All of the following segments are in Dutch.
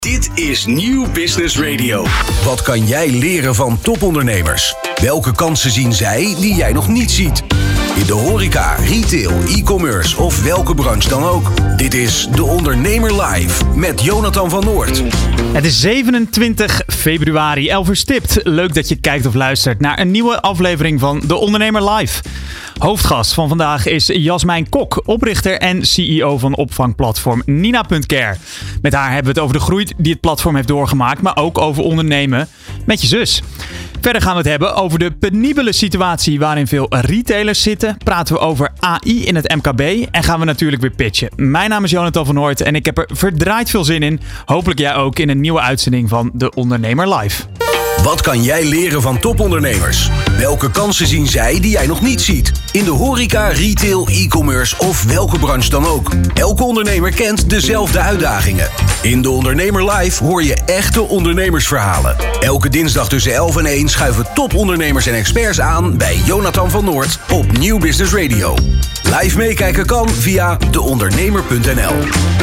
Dit is Nieuw Business Radio. Wat kan jij leren van topondernemers? Welke kansen zien zij die jij nog niet ziet? In de horeca, retail, e-commerce of welke branche dan ook. Dit is De Ondernemer Live met Jonathan van Noord. Het is 27 februari, 11 uur stipt. Leuk dat je kijkt of luistert naar een nieuwe aflevering van De Ondernemer Live. Hoofdgast van vandaag is Jasmijn Kok, oprichter en CEO van opvangplatform Nina.care. Met haar hebben we het over de groei die het platform heeft doorgemaakt, maar ook over ondernemen met je zus. Verder gaan we het hebben over de penibele situatie waarin veel retailers zitten. Praten we over AI in het MKB en gaan we natuurlijk weer pitchen. Mijn naam is Jonathan van Noord en ik heb er verdraaid veel zin in. Hopelijk jij ook in een nieuwe uitzending van De Ondernemer Live. Wat kan jij leren van topondernemers? Welke kansen zien zij die jij nog niet ziet? In de horeca, retail, e-commerce of welke branche dan ook. Elke ondernemer kent dezelfde uitdagingen. In De Ondernemer Live hoor je echte ondernemersverhalen. Elke dinsdag tussen 11 en 1 schuiven topondernemers en experts aan bij Jonathan van Noord op Nieuw Business Radio. Live meekijken kan via deondernemer.nl.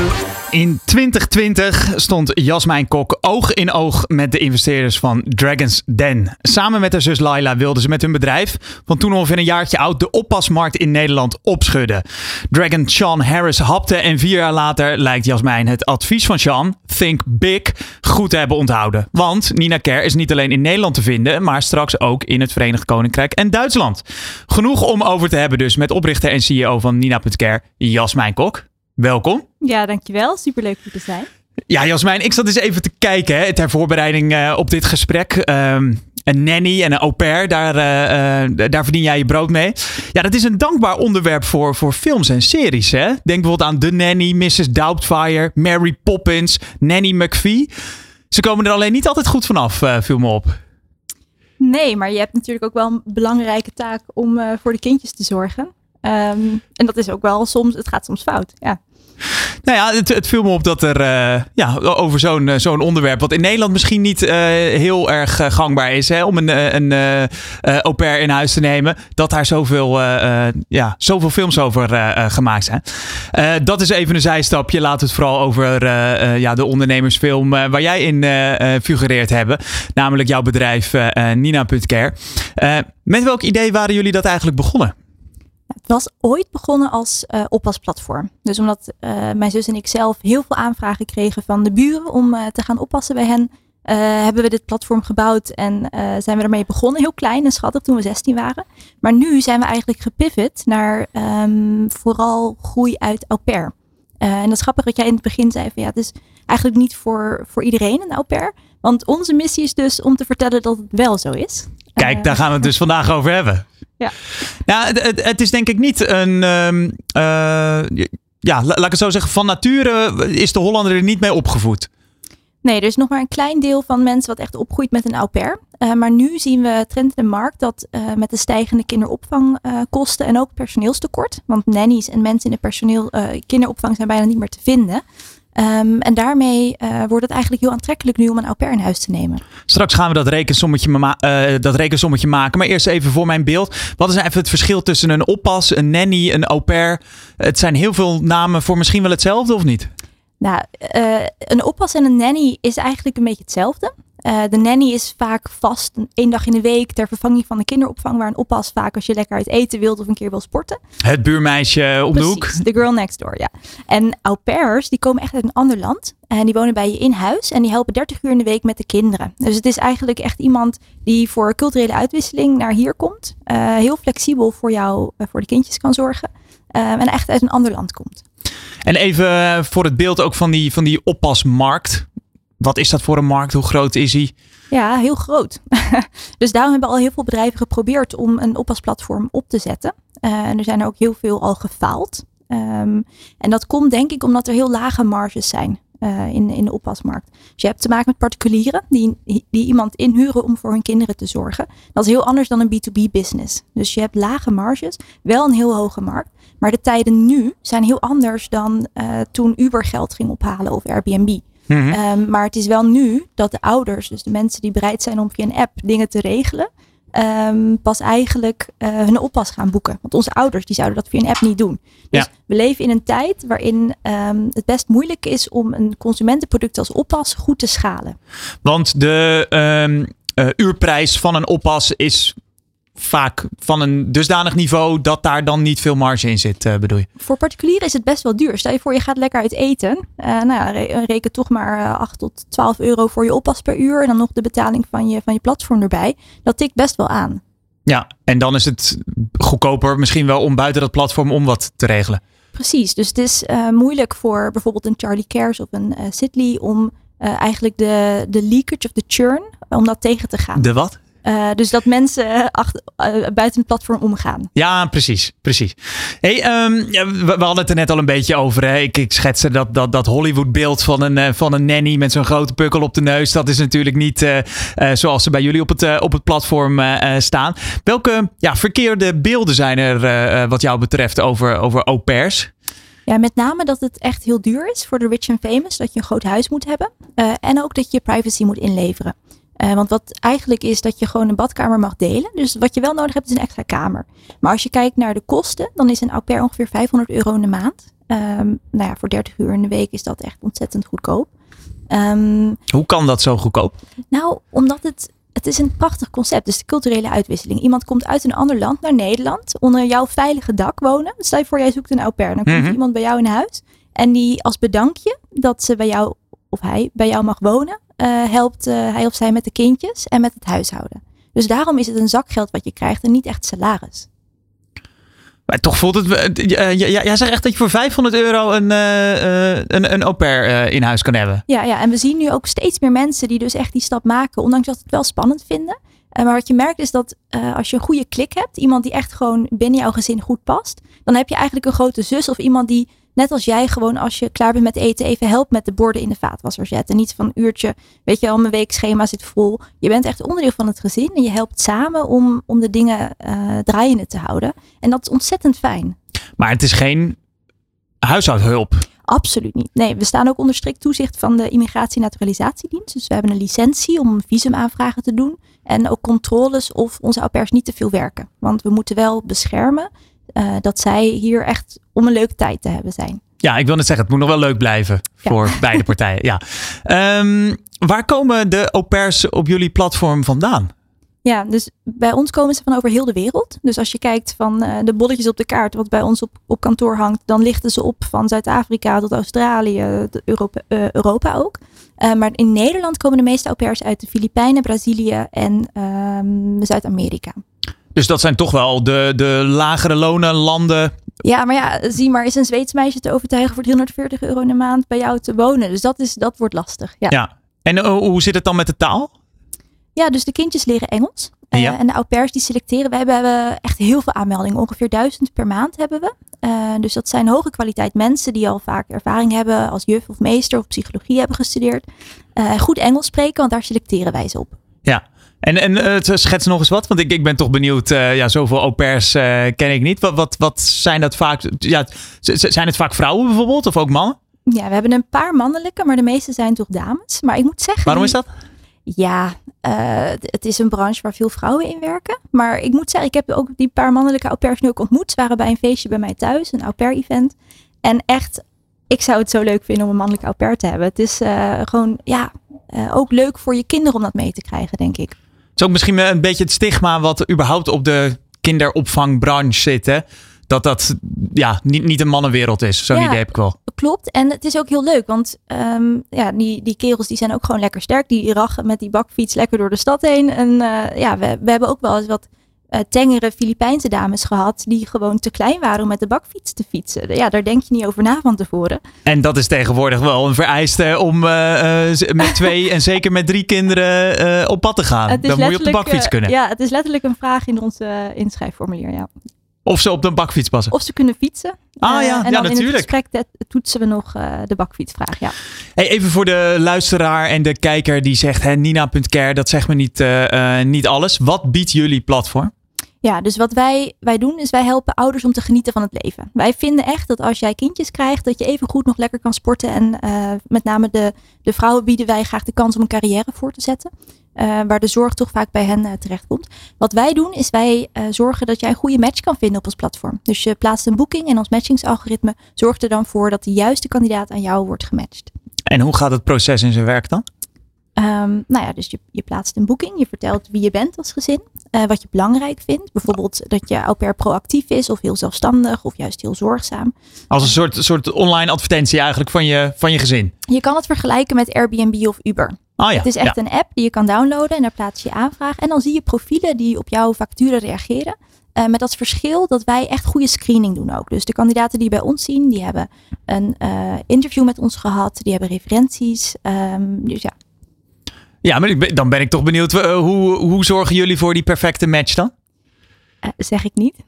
In 2020 stond Jasmijn Kok oog in oog met de investeerders van Dragon's Den. Samen met haar zus Laila wilden ze met hun bedrijf, van toen ongeveer een jaartje oud, de oppasmarkt in Nederland opschudden. Dragon Sean Harris hapte en 4 jaar later lijkt Jasmijn het advies van Sean, Think Big, goed te hebben onthouden. Want Nina.care is niet alleen in Nederland te vinden, maar straks ook in het Verenigd Koninkrijk en Duitsland. Genoeg om over te hebben dus met oprichter en CEO van Nina.care, Jasmijn Kok. Welkom. Ja, dankjewel. Superleuk hier te zijn. Ja, Jasmijn, ik zat eens even te kijken ter voorbereiding op dit gesprek. Een nanny en een au pair, daar verdien jij je brood mee. Ja, dat is een dankbaar onderwerp voor films en series. Hè? Denk bijvoorbeeld aan The Nanny, Mrs. Doubtfire, Mary Poppins, Nanny McPhee. Ze komen er alleen niet altijd goed vanaf, viel me op. Nee, maar je hebt natuurlijk ook wel een belangrijke taak om voor de kindjes te zorgen. En dat is ook wel het gaat soms fout, ja. Nou ja, het viel me op dat er over zo'n onderwerp, wat in Nederland misschien niet heel erg gangbaar is, hè, om een au pair in huis te nemen, dat daar zoveel films over gemaakt zijn. Dat is even een zijstapje. Laten we het vooral over de ondernemersfilm waar jij in figureert hebben. Namelijk jouw bedrijf Nina.care. Met welk idee waren jullie dat eigenlijk begonnen? Het was ooit begonnen als oppasplatform. Dus omdat mijn zus en ik zelf heel veel aanvragen kregen van de buren om te gaan oppassen bij hen, hebben we dit platform gebouwd en zijn we ermee begonnen. Heel klein en schattig toen we 16 waren. Maar nu zijn we eigenlijk gepivot naar vooral groei uit au pair. En dat is grappig wat jij in het begin zei van ja, het is eigenlijk niet voor iedereen een au pair. Want onze missie is dus om te vertellen dat het wel zo is. Kijk, daar gaan we het dus vandaag over hebben. Ja. Nou, het is denk ik niet een... laat ik het zo zeggen. Van nature is de Hollander er niet mee opgevoed. Nee, er is nog maar een klein deel van mensen wat echt opgroeit met een au pair. Maar nu zien we trend in de markt dat met de stijgende kinderopvangkosten en ook personeelstekort. Want nannies en mensen in de kinderopvang zijn bijna niet meer te vinden. En daarmee wordt het eigenlijk heel aantrekkelijk nu om een au pair in huis te nemen. Straks gaan we dat rekensommetje maken. Maar eerst even voor mijn beeld. Wat is even het verschil tussen een oppas, een nanny, een au pair? Het zijn heel veel namen voor misschien wel hetzelfde of niet? Nou, een oppas en een nanny is eigenlijk een beetje hetzelfde. De nanny is vaak vast 1 dag in de week ter vervanging van de kinderopvang. Waar een oppas vaak als je lekker uit eten wilt of een keer wil sporten. Het buurmeisje om de hoek. De girl next door, ja. En au pairs, die komen echt uit een ander land. En die wonen bij je in huis. En die helpen 30 uur in de week met de kinderen. Dus het is eigenlijk echt iemand die voor culturele uitwisseling naar hier komt. Heel flexibel voor jou, voor de kindjes kan zorgen. En echt uit een ander land komt. En even voor het beeld ook van die oppasmarkt. Wat is dat voor een markt? Hoe groot is die? Ja, heel groot. Dus daarom hebben al heel veel bedrijven geprobeerd om een oppasplatform op te zetten. En er zijn er ook heel veel al gefaald. En dat komt denk ik omdat er heel lage marges zijn in de oppasmarkt. Dus je hebt te maken met particulieren die iemand inhuren om voor hun kinderen te zorgen. Dat is heel anders dan een B2B business. Dus je hebt lage marges, wel een heel hoge markt. Maar de tijden nu zijn heel anders dan toen Uber geld ging ophalen of Airbnb. Mm-hmm. Maar het is wel nu dat de ouders, dus de mensen die bereid zijn om via een app dingen te regelen, pas eigenlijk hun oppas gaan boeken. Want onze ouders die zouden dat via een app niet doen. Dus we leven in een tijd waarin het best moeilijk is om een consumentenproduct als oppas goed te schalen. Want de uurprijs van een oppas is vaak van een dusdanig niveau dat daar dan niet veel marge in zit, bedoel je? Voor particulieren is het best wel duur. Stel je voor, je gaat lekker uit eten. Reken toch maar 8 tot 12 euro voor je oppas per uur. En dan nog de betaling van je platform erbij. Dat tikt best wel aan. Ja, en dan is het goedkoper misschien wel om buiten dat platform om wat te regelen. Precies, dus het is moeilijk voor bijvoorbeeld een Charlie Cares of een Sidley om eigenlijk de leakage of de churn, om dat tegen te gaan. De wat? Dus dat mensen buiten het platform omgaan. Ja, precies. Hey, we hadden het er net al een beetje over. Hè? Ik schetste dat Hollywood beeld van een nanny met zo'n grote pukkel op de neus. Dat is natuurlijk niet zoals ze bij jullie op het platform staan. Welke verkeerde beelden zijn er wat jou betreft over au pairs? Ja, met name dat het echt heel duur is voor de rich and famous. Dat je een groot huis moet hebben. En ook dat je privacy moet inleveren. Want wat eigenlijk is dat je gewoon een badkamer mag delen. Dus wat je wel nodig hebt is een extra kamer. Maar als je kijkt naar de kosten, dan is een au pair ongeveer €500 in de maand. Voor 30 uur in de week is dat echt ontzettend goedkoop. Hoe kan dat zo goedkoop? Nou, omdat het is een prachtig concept. Dus de culturele uitwisseling. Iemand komt uit een ander land naar Nederland. Onder jouw veilige dak wonen. Stel je voor, jij zoekt een au pair. Dan komt iemand bij jou in huis. En die als bedankje dat ze bij jou of hij bij jou mag wonen. Helpt hij of zij met de kindjes en met het huishouden. Dus daarom is het een zakgeld wat je krijgt en niet echt salaris. Maar toch voelt het... Jij zegt echt dat je voor €500 een au pair in huis kan hebben. Ja, en we zien nu ook steeds meer mensen die dus echt die stap maken. Ondanks dat ze het wel spannend vinden. Maar wat je merkt is dat als je een goede klik hebt. Iemand die echt gewoon binnen jouw gezin goed past. Dan heb je eigenlijk een grote zus of iemand die... Net als jij gewoon als je klaar bent met eten even helpt met de borden in de vaatwasser zetten. Niet van een uurtje, weet je al, mijn weekschema zit vol. Je bent echt onderdeel van het gezin en je helpt samen om de dingen draaiende te houden. En dat is ontzettend fijn. Maar het is geen huishoudhulp? Absoluut niet. Nee, we staan ook onder strikt toezicht van de Immigratie- en Naturalisatiedienst. Dus we hebben een licentie om visumaanvragen te doen. En ook controles of onze au pairs niet te veel werken. Want we moeten wel beschermen dat zij hier echt om een leuke tijd te hebben zijn. Ja, ik wil net zeggen, het moet nog wel leuk blijven voor beide partijen. Ja. Waar komen de au pairs op jullie platform vandaan? Ja, dus bij ons komen ze van over heel de wereld. Dus als je kijkt van de bolletjes op de kaart wat bij ons op kantoor hangt, dan lichten ze op van Zuid-Afrika tot Australië, Europa ook. Maar in Nederland komen de meeste au pairs uit de Filipijnen, Brazilië en Zuid-Amerika. Dus dat zijn toch wel de lagere lonen landen. Ja, maar ja, zie maar, is een Zweeds meisje te overtuigen voor €340 in de maand bij jou te wonen. Dus dat wordt lastig. Ja. En hoe zit het dan met de taal? Ja, dus de kindjes leren Engels. En de au pairs die selecteren. We hebben echt heel veel aanmeldingen. Ongeveer 1000 per maand hebben we. Dus dat zijn hoge kwaliteit mensen die al vaak ervaring hebben als juf of meester of psychologie hebben gestudeerd. Goed Engels spreken, want daar selecteren wij ze op. Ja. En schets nog eens wat, want ik ben toch benieuwd. Zoveel au pairs ken ik niet. Wat zijn dat vaak? Ja, zijn het vaak vrouwen bijvoorbeeld of ook mannen? Ja, we hebben een paar mannelijke, maar de meeste zijn toch dames. Maar ik moet zeggen... Waarom is dat? Ja, het is een branche waar veel vrouwen in werken. Maar ik moet zeggen, ik heb ook die paar mannelijke au pairs nu ook ontmoet. Ze waren bij een feestje bij mij thuis, een au pair event. En echt, ik zou het zo leuk vinden om een mannelijke au pair te hebben. Het is gewoon, ook leuk voor je kinderen om dat mee te krijgen, denk ik. Het is ook misschien een beetje het stigma wat überhaupt op de kinderopvangbranche zit, hè? Dat niet een mannenwereld is. Zo'n idee heb ik wel. Klopt. En het is ook heel leuk. Want die kerels die zijn ook gewoon lekker sterk. Die rachen met die bakfiets lekker door de stad heen. En we hebben ook wel eens wat tengere Filipijnse dames gehad. Die gewoon te klein waren om met de bakfiets te fietsen. Ja, daar denk je niet over na van tevoren. En dat is tegenwoordig wel een vereiste om met 2 en zeker met 3 kinderen op pad te gaan. Dan moet je op de bakfiets kunnen. Ja, het is letterlijk een vraag in ons inschrijfformulier. Ja. Of ze op de bakfiets passen. Of ze kunnen fietsen. En dan natuurlijk. In het gesprek toetsen we nog de bakfietsvraag. Ja. Hey, even voor de luisteraar en de kijker die zegt Nina.care, dat zegt me niet alles. Wat biedt jullie platform? Ja, dus wat wij doen is wij helpen ouders om te genieten van het leven. Wij vinden echt dat als jij kindjes krijgt, dat je even goed nog lekker kan sporten. En met name de vrouwen bieden wij graag de kans om een carrière voor te zetten. Waar de zorg toch vaak bij hen terechtkomt. Wat wij doen is wij zorgen dat jij een goede match kan vinden op ons platform. Dus je plaatst een boeking en ons matchingsalgoritme zorgt er dan voor dat de juiste kandidaat aan jou wordt gematcht. En hoe gaat het proces in zijn werk dan? Dus je plaatst een boeking. Je vertelt wie je bent als gezin. Wat je belangrijk vindt. Bijvoorbeeld dat je au pair proactief is. Of heel zelfstandig. Of juist heel zorgzaam. Als een soort online advertentie eigenlijk van je gezin. Je kan het vergelijken met Airbnb of Uber. Oh ja, het is echt een app die je kan downloaden. En daar plaats je aanvraag. En dan zie je profielen die op jouw vacature reageren. Met dat verschil dat wij echt goede screening doen ook. Dus de kandidaten die bij ons zien. Die hebben een interview met ons gehad. Die hebben referenties. Dus ja. Ja, maar dan ben ik toch benieuwd. Hoe zorgen jullie voor die perfecte match dan? Zeg ik niet.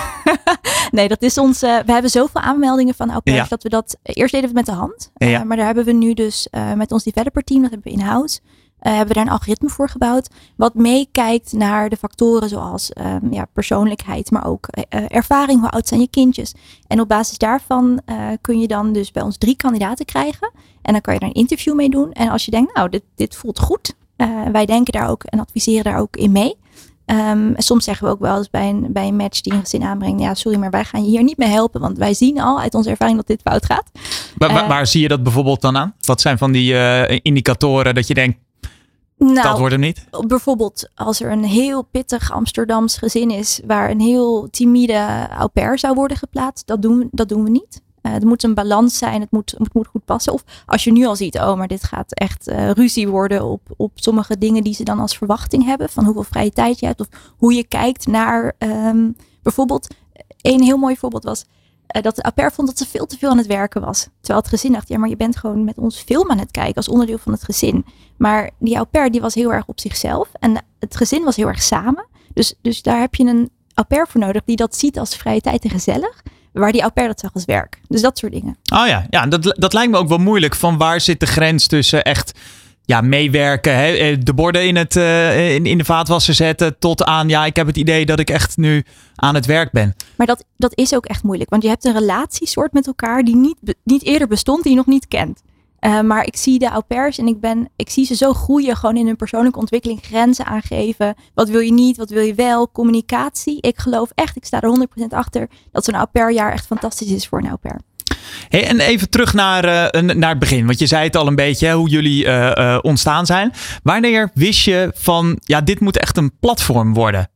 Nee, dat is ons. We hebben zoveel aanmeldingen van au pairs dat we dat eerst deden we met de hand. Maar daar hebben we nu dus met ons developer team, dat hebben we in-house, hebben we daar een algoritme voor gebouwd. Wat meekijkt naar de factoren zoals persoonlijkheid, maar ook ervaring. Hoe oud zijn je kindjes? En op basis daarvan kun je dan dus bij ons 3 kandidaten krijgen. En dan kan je daar een interview mee doen. En als je denkt, nou, dit voelt goed. Wij denken daar ook en adviseren daar ook in mee. Soms zeggen we ook wel eens bij een match die een gezin aanbrengt. Ja, sorry, maar wij gaan je hier niet mee helpen. Want wij zien al uit onze ervaring dat dit fout gaat. Waar zie je dat bijvoorbeeld dan aan? Wat zijn van die indicatoren dat je denkt, dat wordt hem niet? Bijvoorbeeld als er een heel pittig Amsterdams gezin is. Waar een heel timide au pair zou worden geplaatst. Dat doen we niet. Er moet een balans zijn. Het moet goed passen. Of als je nu al ziet, maar dit gaat echt ruzie worden op sommige dingen die ze dan als verwachting hebben. Van hoeveel vrije tijd je hebt. Of hoe je kijkt naar bijvoorbeeld. Een heel mooi voorbeeld was dat de au pair vond dat ze veel te veel aan het werken was. Terwijl het gezin dacht, ja, maar je bent gewoon met ons film aan het kijken als onderdeel van het gezin. Maar die au pair die was heel erg op zichzelf. En het gezin was heel erg samen. Dus daar heb je een au pair voor nodig die dat ziet als vrije tijd en gezellig. Waar die au pair dat zag als werk. Dus dat soort dingen. Oh ja, dat lijkt me ook wel moeilijk. Van waar zit de grens tussen echt meewerken, hè? De borden in de vaatwasser zetten tot aan, ik heb het idee dat ik echt nu aan het werk ben. Maar dat is ook echt moeilijk. Want je hebt een relatiesoort met elkaar die niet eerder bestond, die je nog niet kent. Maar ik zie de au pairs en ik zie ze zo groeien gewoon in hun persoonlijke ontwikkeling, grenzen aangeven. Wat wil je niet, wat wil je wel, communicatie. Ik geloof echt, ik sta er 100% achter dat zo'n au pair jaar echt fantastisch is voor een au pair. Hey, en even terug naar het begin. Want je zei het al een beetje, hoe jullie ontstaan zijn. Wanneer wist je van, dit moet echt een platform worden?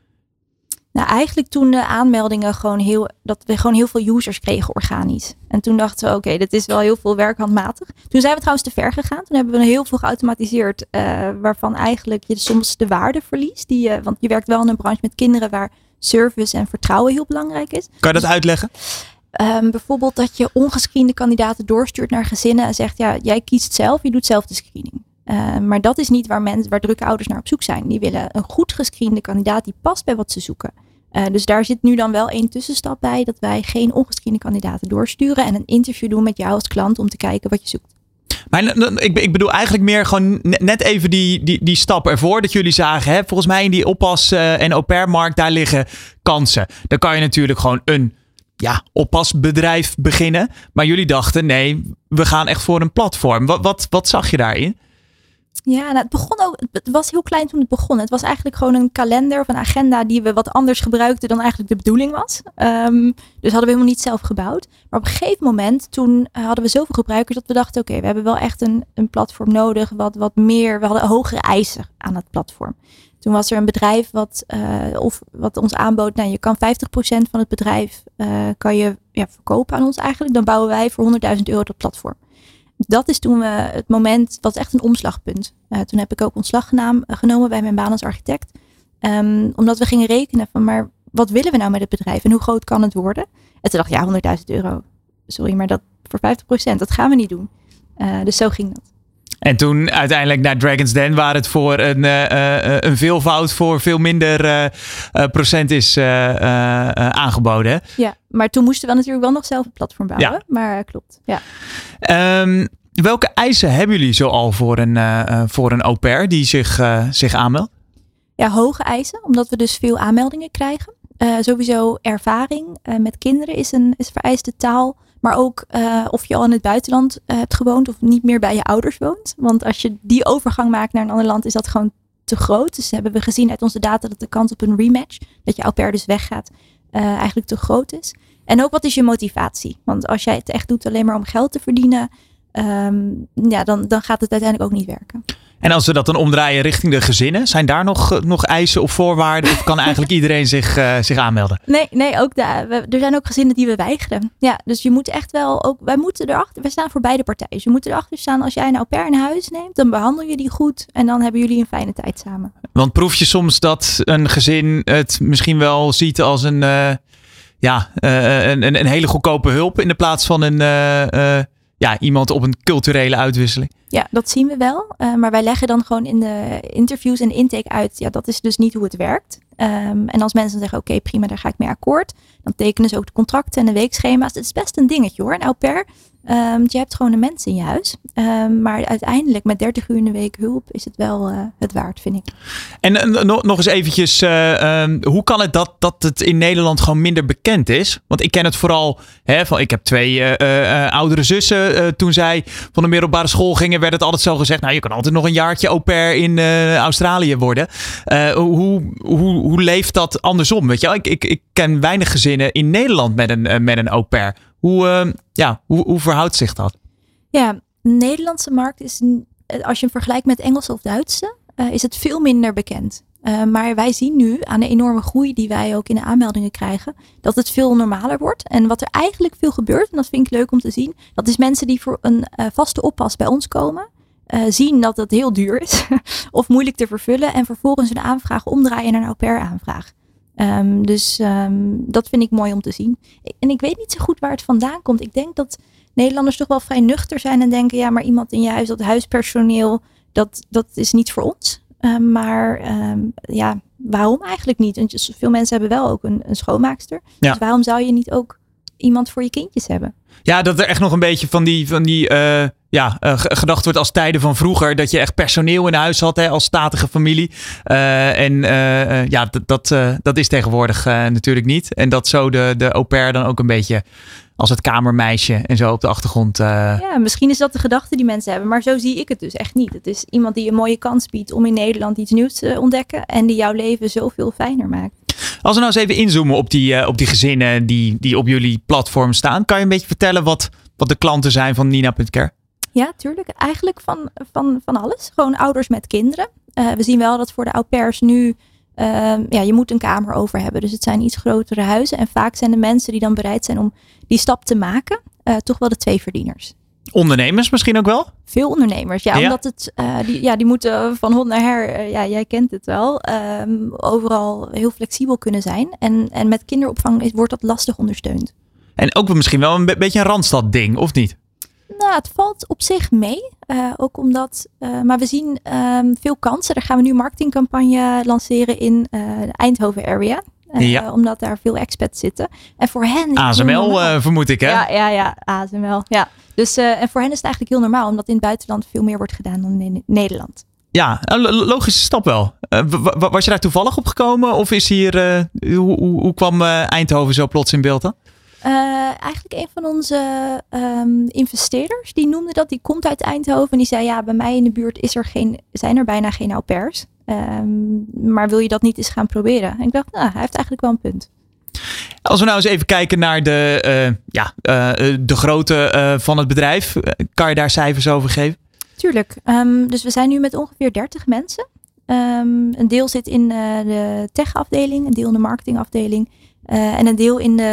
Nou, eigenlijk toen de aanmeldingen dat we gewoon heel veel users kregen organisch. En toen dachten we, oké, dit is wel heel veel werk handmatig. Toen zijn we trouwens te ver gegaan. Toen hebben we heel veel geautomatiseerd, waarvan eigenlijk je soms de waarde verliest. Want je werkt wel in een branche met kinderen waar service en vertrouwen heel belangrijk is. Kan je dat uitleggen? Bijvoorbeeld dat je ongescreende kandidaten doorstuurt naar gezinnen en zegt, jij kiest zelf, je doet zelf de screening. Maar dat is niet waar drukke ouders naar op zoek zijn. Die willen een goed gescreende kandidaat die past bij wat ze zoeken. Dus daar zit nu dan wel één tussenstap bij. Dat wij geen ongescreende kandidaten doorsturen. En een interview doen met jou als klant om te kijken wat je zoekt. Maar ik bedoel eigenlijk meer gewoon net even die stap ervoor. Dat jullie zagen, volgens mij in die oppas- en au pair markt, daar liggen kansen. Dan kan je natuurlijk gewoon een oppasbedrijf beginnen. Maar jullie dachten, nee, we gaan echt voor een platform. Wat zag je daarin? Ja, het was heel klein toen het begon. Het was eigenlijk gewoon een kalender of een agenda die we wat anders gebruikten dan eigenlijk de bedoeling was. Dus hadden we helemaal niet zelf gebouwd. Maar op een gegeven moment, toen hadden we zoveel gebruikers dat we dachten, oké, we hebben wel echt een platform nodig. Wat meer, we hadden hogere eisen aan het platform. Toen was er een bedrijf wat ons aanbood, je kan 50% van het bedrijf kan je verkopen aan ons eigenlijk. Dan bouwen wij voor €100.000 dat platform. Dat is toen het moment, was echt een omslagpunt. Toen heb ik ook ontslag genomen bij mijn baan als architect. Omdat we gingen rekenen van, maar wat willen we nou met het bedrijf? En hoe groot kan het worden? En toen dacht ik, €100.000. Sorry, maar dat voor 50%, dat gaan we niet doen. Dus zo ging dat. En toen uiteindelijk naar Dragon's Den, waar het voor een veelvoud voor veel minder procent is aangeboden. Hè? Ja, maar toen moesten we natuurlijk wel nog zelf een platform bouwen. Ja. Maar klopt, ja. Welke eisen hebben jullie zoal voor een au pair die zich aanmeldt? Ja, hoge eisen, omdat we dus veel aanmeldingen krijgen. Sowieso ervaring met kinderen is vereiste taal. Maar ook of je al in het buitenland hebt gewoond of niet meer bij je ouders woont. Want als je die overgang maakt naar een ander land, is dat gewoon te groot. Dus hebben we gezien uit onze data dat de kans op een rematch, dat je au pair dus weggaat, eigenlijk te groot is. En ook wat is je motivatie? Want als jij het echt doet alleen maar om geld te verdienen, dan gaat het uiteindelijk ook niet werken. En als we dat dan omdraaien richting de gezinnen, zijn daar nog eisen of voorwaarden? Of kan eigenlijk iedereen zich aanmelden? Nee, ook er zijn ook gezinnen die we weigeren. Ja, dus je moet echt wel ook, wij moeten erachter, we staan voor beide partijen. Dus je moet erachter staan, als jij een au pair in huis neemt, dan behandel je die goed en dan hebben jullie een fijne tijd samen. Want proef je soms dat een gezin het misschien wel ziet als een hele goedkope hulp in de plaats van iemand op een culturele uitwisseling? Ja, dat zien we wel. Maar wij leggen dan gewoon in de interviews en de intake uit. Ja, dat is dus niet hoe het werkt. En als mensen zeggen, oké, prima, daar ga ik mee akkoord. Dan tekenen ze ook de contracten en de weekschema's. Het is best een dingetje hoor, een au pair. Je hebt gewoon een mens in je huis. Maar uiteindelijk met 30 uur in de week hulp is het wel het waard, vind ik. En nog eens eventjes, hoe kan het dat het in Nederland gewoon minder bekend is? Want ik ken het vooral, ik heb 2 oudere zussen. Toen zij van de middelbare school gingen, werd het altijd zo gezegd, nou, je kan altijd nog een jaartje au pair in Australië worden. Hoe leeft dat andersom? Weet je? Ik ken weinig gezinnen in Nederland met een au pair. Hoe verhoudt zich dat? Ja, de Nederlandse markt is, als je hem vergelijkt met Engelse of Duitse, is het veel minder bekend. Maar wij zien nu aan de enorme groei die wij ook in de aanmeldingen krijgen, dat het veel normaler wordt. En wat er eigenlijk veel gebeurt, en dat vind ik leuk om te zien, dat is mensen die voor een vaste oppas bij ons komen, zien dat het heel duur is of moeilijk te vervullen en vervolgens een aanvraag omdraaien naar een au pair aanvraag. Dat vind ik mooi om te zien. En ik weet niet zo goed waar het vandaan komt. Ik denk dat Nederlanders toch wel vrij nuchter zijn en denken, ja, maar iemand in je huis, dat huispersoneel, dat is niet voor ons. Waarom eigenlijk niet? Want veel mensen hebben wel ook een schoonmaakster. Ja. Dus waarom zou je niet ook iemand voor je kindjes hebben? Ja, dat er echt nog een beetje van die gedacht wordt als tijden van vroeger. Dat je echt personeel in huis had, als statige familie. Dat is tegenwoordig natuurlijk niet. En dat zo de au pair dan ook een beetje als het kamermeisje en zo op de achtergrond. Ja, misschien is dat de gedachte die mensen hebben. Maar zo zie ik het dus echt niet. Het is iemand die een mooie kans biedt om in Nederland iets nieuws te ontdekken. En die jouw leven zoveel fijner maakt. Als we nou eens even inzoomen op die gezinnen die op jullie platform staan. Kan je een beetje vertellen wat de klanten zijn van Nina.care? Ja, tuurlijk. Eigenlijk van alles. Gewoon ouders met kinderen. We zien wel dat voor de au pairs nu, je moet een kamer over hebben. Dus het zijn iets grotere huizen. En vaak zijn de mensen die dan bereid zijn om die stap te maken, toch wel de 2 verdieners. Ondernemers misschien ook wel? Veel ondernemers, ja. Omdat het, die moeten van hond naar her, jij kent het wel, overal heel flexibel kunnen zijn. En met kinderopvang wordt dat lastig ondersteund. En ook misschien wel een beetje een Randstad ding, of niet? Nou, het valt op zich mee. Ook omdat, maar we zien veel kansen. Daar gaan we nu een marketingcampagne lanceren in de Eindhoven area. Omdat daar veel expats zitten. En voor hen... ASML vermoed ik, hè? Ja, ASML. Ja. Dus, en voor hen is het eigenlijk heel normaal. Omdat in het buitenland veel meer wordt gedaan dan in Nederland. Ja, logische stap wel. Was je daar toevallig op gekomen? Of is hier... hoe kwam Eindhoven zo plots in beeld dan? Eigenlijk een van onze investeerders, die noemde dat, die komt uit Eindhoven. En die zei, ja, bij mij in de buurt zijn er bijna geen au pairs. Maar wil je dat niet eens gaan proberen? En ik dacht, hij heeft eigenlijk wel een punt. Als we nou eens even kijken naar de grootte van het bedrijf. Kan je daar cijfers over geven? Tuurlijk. Dus we zijn nu met ongeveer 30 mensen. Een deel zit in de tech-afdeling, een deel in de marketingafdeling. En een deel in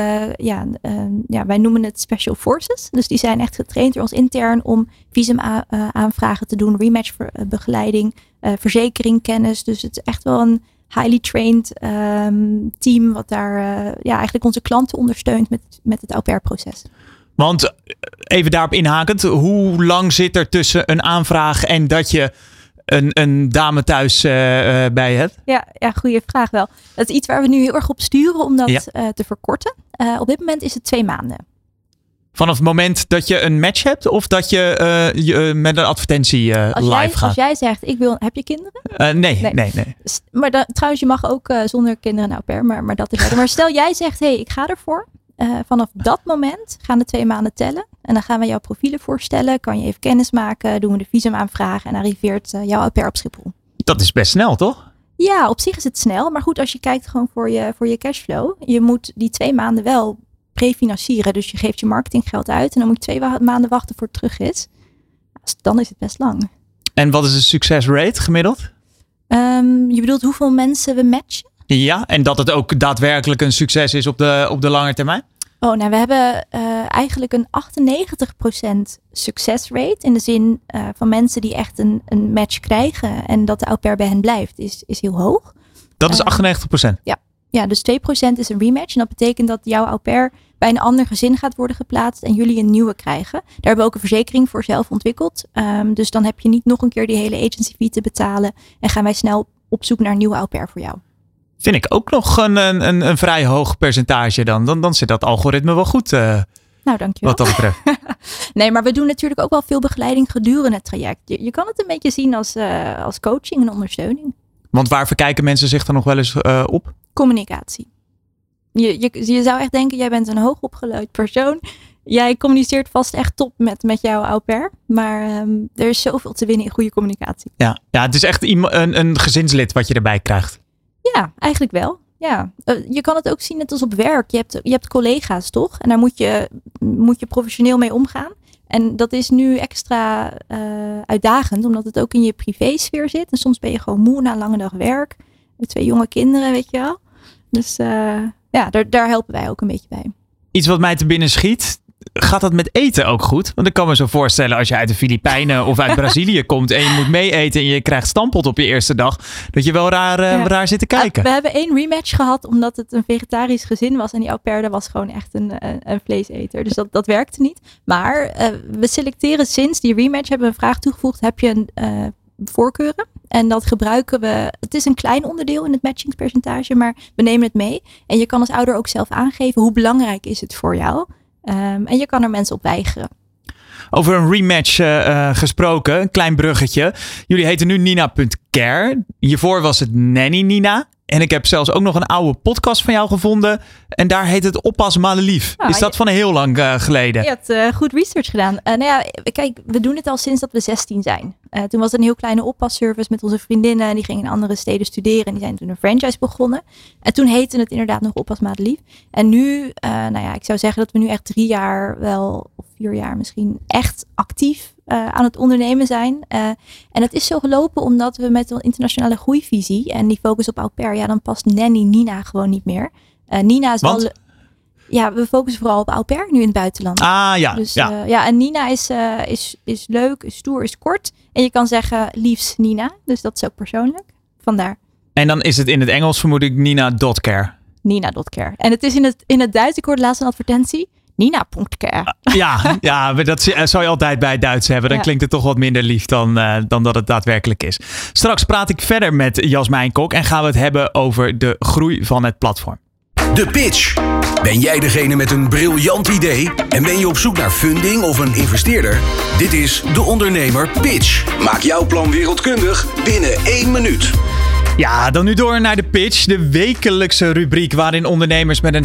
wij noemen het Special Forces. Dus die zijn echt getraind door ons intern om visumaanvragen te doen, rematchbegeleiding, verzekeringkennis. Dus het is echt wel een highly trained team wat daar eigenlijk onze klanten ondersteunt met het au pair proces. Want even daarop inhakend, hoe lang zit er tussen een aanvraag en dat je een dame thuis bij hebt? Ja, goede vraag wel. Dat is iets waar we nu heel erg op sturen om dat te verkorten. Op dit moment is het 2 maanden. Vanaf het moment dat je een match hebt of dat je met een advertentie live gaat? Als jij zegt, heb je kinderen? Nee. Maar trouwens, je mag ook zonder kinderen au pair, maar dat is. Maar stel jij zegt, ik ga ervoor. Vanaf dat moment gaan de 2 maanden tellen. En dan gaan we jouw profielen voorstellen. Kan je even kennis maken, doen we de visumaanvraag en arriveert jouw au pair op Schiphol. Dat is best snel, toch? Ja, op zich is het snel. Maar goed, als je kijkt gewoon voor je cashflow. Je moet die 2 maanden wel prefinancieren. Dus je geeft je marketinggeld uit. En dan moet je 2 maanden wachten voor het terug is. Dus dan is het best lang. En wat is de succesrate gemiddeld? Je bedoelt hoeveel mensen we matchen? Ja, en dat het ook daadwerkelijk een succes is op de lange termijn? Oh, nou, we hebben eigenlijk een 98% succesrate. In de zin van mensen die echt een match krijgen. En dat de au pair bij hen blijft, is heel hoog. Dat is 98%? Ja, dus 2% is een rematch. En dat betekent dat jouw au pair bij een ander gezin gaat worden geplaatst. En jullie een nieuwe krijgen. Daar hebben we ook een verzekering voor zelf ontwikkeld. Dus dan heb je niet nog een keer die hele agency fee te betalen. En gaan wij snel op zoek naar een nieuwe au pair voor jou. Vind ik ook nog een vrij hoog percentage dan. Dan zit dat algoritme wel goed. Nou, dankjewel. Wat dat betreft. Nee, maar we doen natuurlijk ook wel veel begeleiding gedurende het traject. Je kan het een beetje zien als coaching en ondersteuning. Want waar verkijken mensen zich dan nog wel eens op? Communicatie. Je zou echt denken, jij bent een hoogopgeleid persoon. Jij communiceert vast echt top met jouw au pair. Maar er is zoveel te winnen in goede communicatie. Ja, het is echt een gezinslid wat je erbij krijgt. Ja, eigenlijk wel. Ja. Je kan het ook zien net als op werk. Je hebt collega's, toch? En daar moet je professioneel mee omgaan. En dat is nu extra uitdagend, omdat het ook in je privésfeer zit. En soms ben je gewoon moe na een lange dag werk. Met 2 jonge kinderen, weet je wel. Dus daar helpen wij ook een beetje bij. Iets wat mij te binnen schiet. Gaat dat met eten ook goed? Want ik kan me zo voorstellen als je uit de Filipijnen of uit Brazilië komt en je moet mee eten en je krijgt stampot op je eerste dag, dat je wel raar zit te kijken. We hebben 1 rematch gehad omdat het een vegetarisch gezin was en die au pair was gewoon echt een vleeseter. Dus dat werkte niet. Maar we selecteren sinds die rematch, hebben we een vraag toegevoegd, heb je een voorkeuren? En dat gebruiken we, het is een klein onderdeel in het matchingspercentage, maar we nemen het mee. En je kan als ouder ook zelf aangeven hoe belangrijk is het voor jou. En je kan er mensen op weigeren. Over een rematch gesproken, een klein bruggetje. Jullie heten nu Nina.care. Hiervoor was het Nanny Nina. En ik heb zelfs ook nog een oude podcast van jou gevonden. En daar heet het Oppas Madelief. Is dat van heel lang geleden? Je hebt goed research gedaan. Kijk, we doen het al sinds dat we 16 zijn. Toen was het een heel kleine oppasservice met onze vriendinnen. En die gingen in andere steden studeren. En die zijn toen een franchise begonnen. En toen heette het inderdaad nog Oppas Madelief. En nu, ik zou zeggen dat we nu echt 3 jaar wel, of 4 jaar misschien, echt actief aan het ondernemen zijn. En het is zo gelopen omdat we met een internationale groeivisie en die focus op au pair, dan past Nanny Nina gewoon niet meer. Nina is wel... Ja, we focussen vooral op au pair nu in het buitenland. Ah ja. Dus, en Nina is leuk, is stoer, is kort. En je kan zeggen liefs Nina. Dus dat is ook persoonlijk. Vandaar. En dan is het in het Engels vermoed ik Nina.care. Nina.care. En het is in het Duits, ik hoorde laatst een advertentie. Nina.care. Ja, maar dat zou je altijd bij het Duits hebben. Dan klinkt het toch wat minder lief dan dat het daadwerkelijk is. Straks praat ik verder met Jasmijn Kok en gaan we het hebben over de groei van het platform. De pitch. Ben jij degene met een briljant idee en ben je op zoek naar funding of een investeerder? Dit is De Ondernemer Pitch. Maak jouw plan wereldkundig binnen 1 minuut. Ja, dan nu door naar de pitch. De wekelijkse rubriek waarin ondernemers met een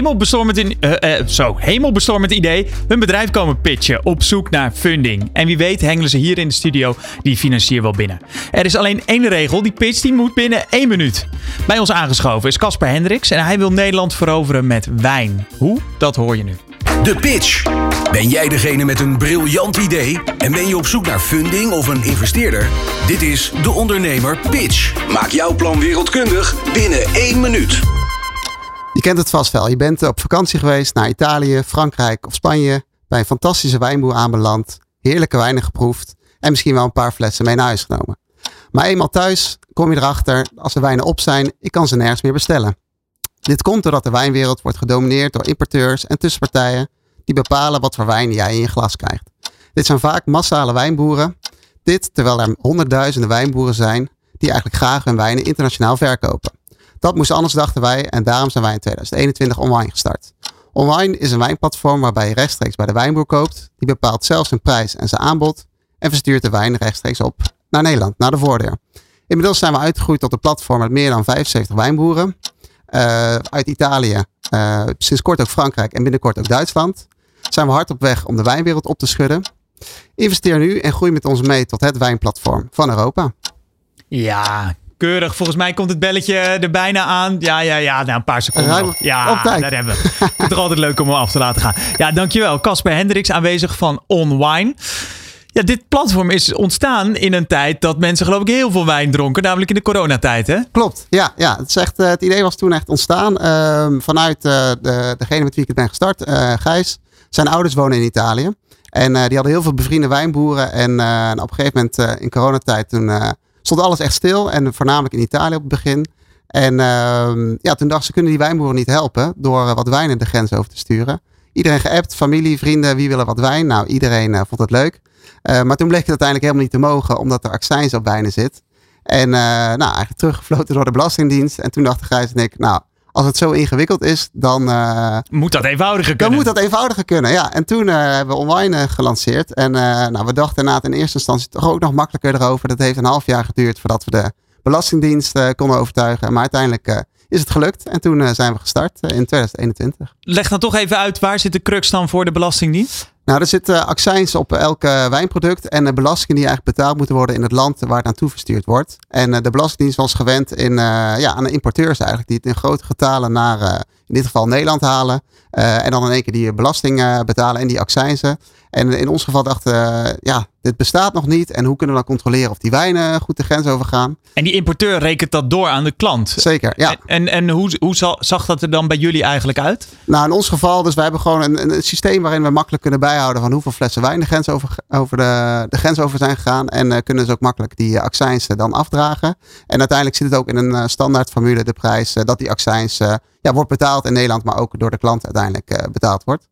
hemelbestormend idee hun bedrijf komen pitchen op zoek naar funding. En wie weet hengelen ze hier in de studio die financier wel binnen. Er is alleen 1 regel, die pitch die moet binnen 1 minuut. Bij ons aangeschoven is Casper Hendricks en hij wil Nederland veroveren met wijn. Hoe? Dat hoor je nu. De pitch. Ben jij degene met een briljant idee en ben je op zoek naar funding of een investeerder? Dit is De Ondernemer Pitch. Maak jouw plan wereldkundig binnen 1 minuut. Je kent het vast wel. Je bent op vakantie geweest naar Italië, Frankrijk of Spanje. Bij een fantastische wijnboer aanbeland. Heerlijke wijnen geproefd. En misschien wel een paar flessen mee naar huis genomen. Maar eenmaal thuis kom je erachter, als de wijnen op zijn, ik kan ze nergens meer bestellen. Dit komt doordat de wijnwereld wordt gedomineerd door importeurs en tussenpartijen die bepalen wat voor wijn jij in je glas krijgt. Dit zijn vaak massale wijnboeren. Dit terwijl er honderdduizenden wijnboeren zijn die eigenlijk graag hun wijnen internationaal verkopen. Dat moest anders, dachten wij, en daarom zijn wij in 2021 online gestart. OnWine is een wijnplatform waarbij je rechtstreeks bij de wijnboer koopt. Die bepaalt zelf zijn prijs en zijn aanbod en verstuurt de wijn rechtstreeks op naar Nederland, naar de voordeur. Inmiddels zijn we uitgegroeid tot een platform met meer dan 75 wijnboeren. Uit Italië, sinds kort ook Frankrijk en binnenkort ook Duitsland. Zijn we hard op weg om de wijnwereld op te schudden. Investeer nu en groei met ons mee tot het wijnplatform van Europa. Ja, keurig. Volgens mij komt het belletje er bijna aan. Ja. Nou, een paar seconden Ruim nog. Ja, op tijd. daar hebben we. Ik vind het toch altijd leuk om hem af te laten gaan. Ja, dankjewel. Casper Hendricks, aanwezig van OnWine. Ja, dit platform is ontstaan in een tijd dat mensen geloof ik heel veel wijn dronken. Namelijk in de coronatijd, hè? Klopt, ja. Het, is echt, het idee was toen echt ontstaan vanuit degene met wie ik het ben gestart, Gijs. Zijn ouders wonen in Italië. En die hadden heel veel bevriende wijnboeren. En op een gegeven moment in coronatijd toen stond alles echt stil. En voornamelijk in Italië op het begin. En toen dachten ze, kunnen die wijnboeren niet helpen door wat wijn de grens over te sturen. Iedereen geappt, familie, vrienden, wie willen wat wijn? Nou, iedereen vond het leuk. Maar toen bleek het uiteindelijk helemaal niet te mogen, omdat er accijns op wijnen zit. En eigenlijk teruggefloten door de Belastingdienst. En toen dachten Gijs en ik, nou, als het zo ingewikkeld is, dan moet dat eenvoudiger kunnen. Dan moet dat eenvoudiger kunnen, ja. En toen hebben we OnWine gelanceerd. En we dachten inderdaad in eerste instantie toch ook nog makkelijker erover. Dat heeft een half jaar geduurd voordat we de Belastingdienst konden overtuigen. Maar uiteindelijk is het gelukt. En toen zijn we gestart in 2021. Leg dan toch even uit, waar zit de crux dan voor de Belastingdienst? Nou, er zitten accijns op elk wijnproduct en belastingen die eigenlijk betaald moeten worden in het land waar het naartoe verstuurd wordt. En de Belastingdienst was gewend aan de importeurs eigenlijk, die het in grote getalen naar in dit geval Nederland halen. En dan in één keer die belasting betalen en die accijnsen. En in ons geval dachten we, dit bestaat nog niet. En hoe kunnen we dan controleren of die wijnen goed de grens overgaan? En die importeur rekent dat door aan de klant? Zeker, ja. En hoe zag dat er dan bij jullie eigenlijk uit? Nou, in ons geval, dus wij hebben gewoon een systeem waarin we makkelijk kunnen bijhouden van hoeveel flessen wijn de grens over de grens over zijn gegaan. En kunnen dus ook makkelijk die accijns dan afdragen. En uiteindelijk zit het ook in een standaardformule, de prijs, dat die accijns wordt betaald in Nederland, maar ook door de klant uiteindelijk betaald wordt.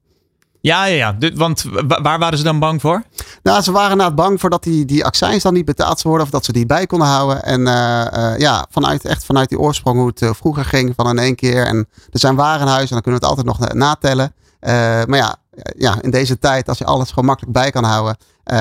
Ja. Want waar waren ze dan bang voor? Nou, ze waren inderdaad bang voor dat die accijns dan niet betaald zouden worden. Of dat ze die bij konden houden. En vanuit die oorsprong hoe het vroeger ging van in één keer. En er zijn warenhuizen en dan kunnen we het altijd nog natellen. Maar in deze tijd als je alles gewoon makkelijk bij kan houden.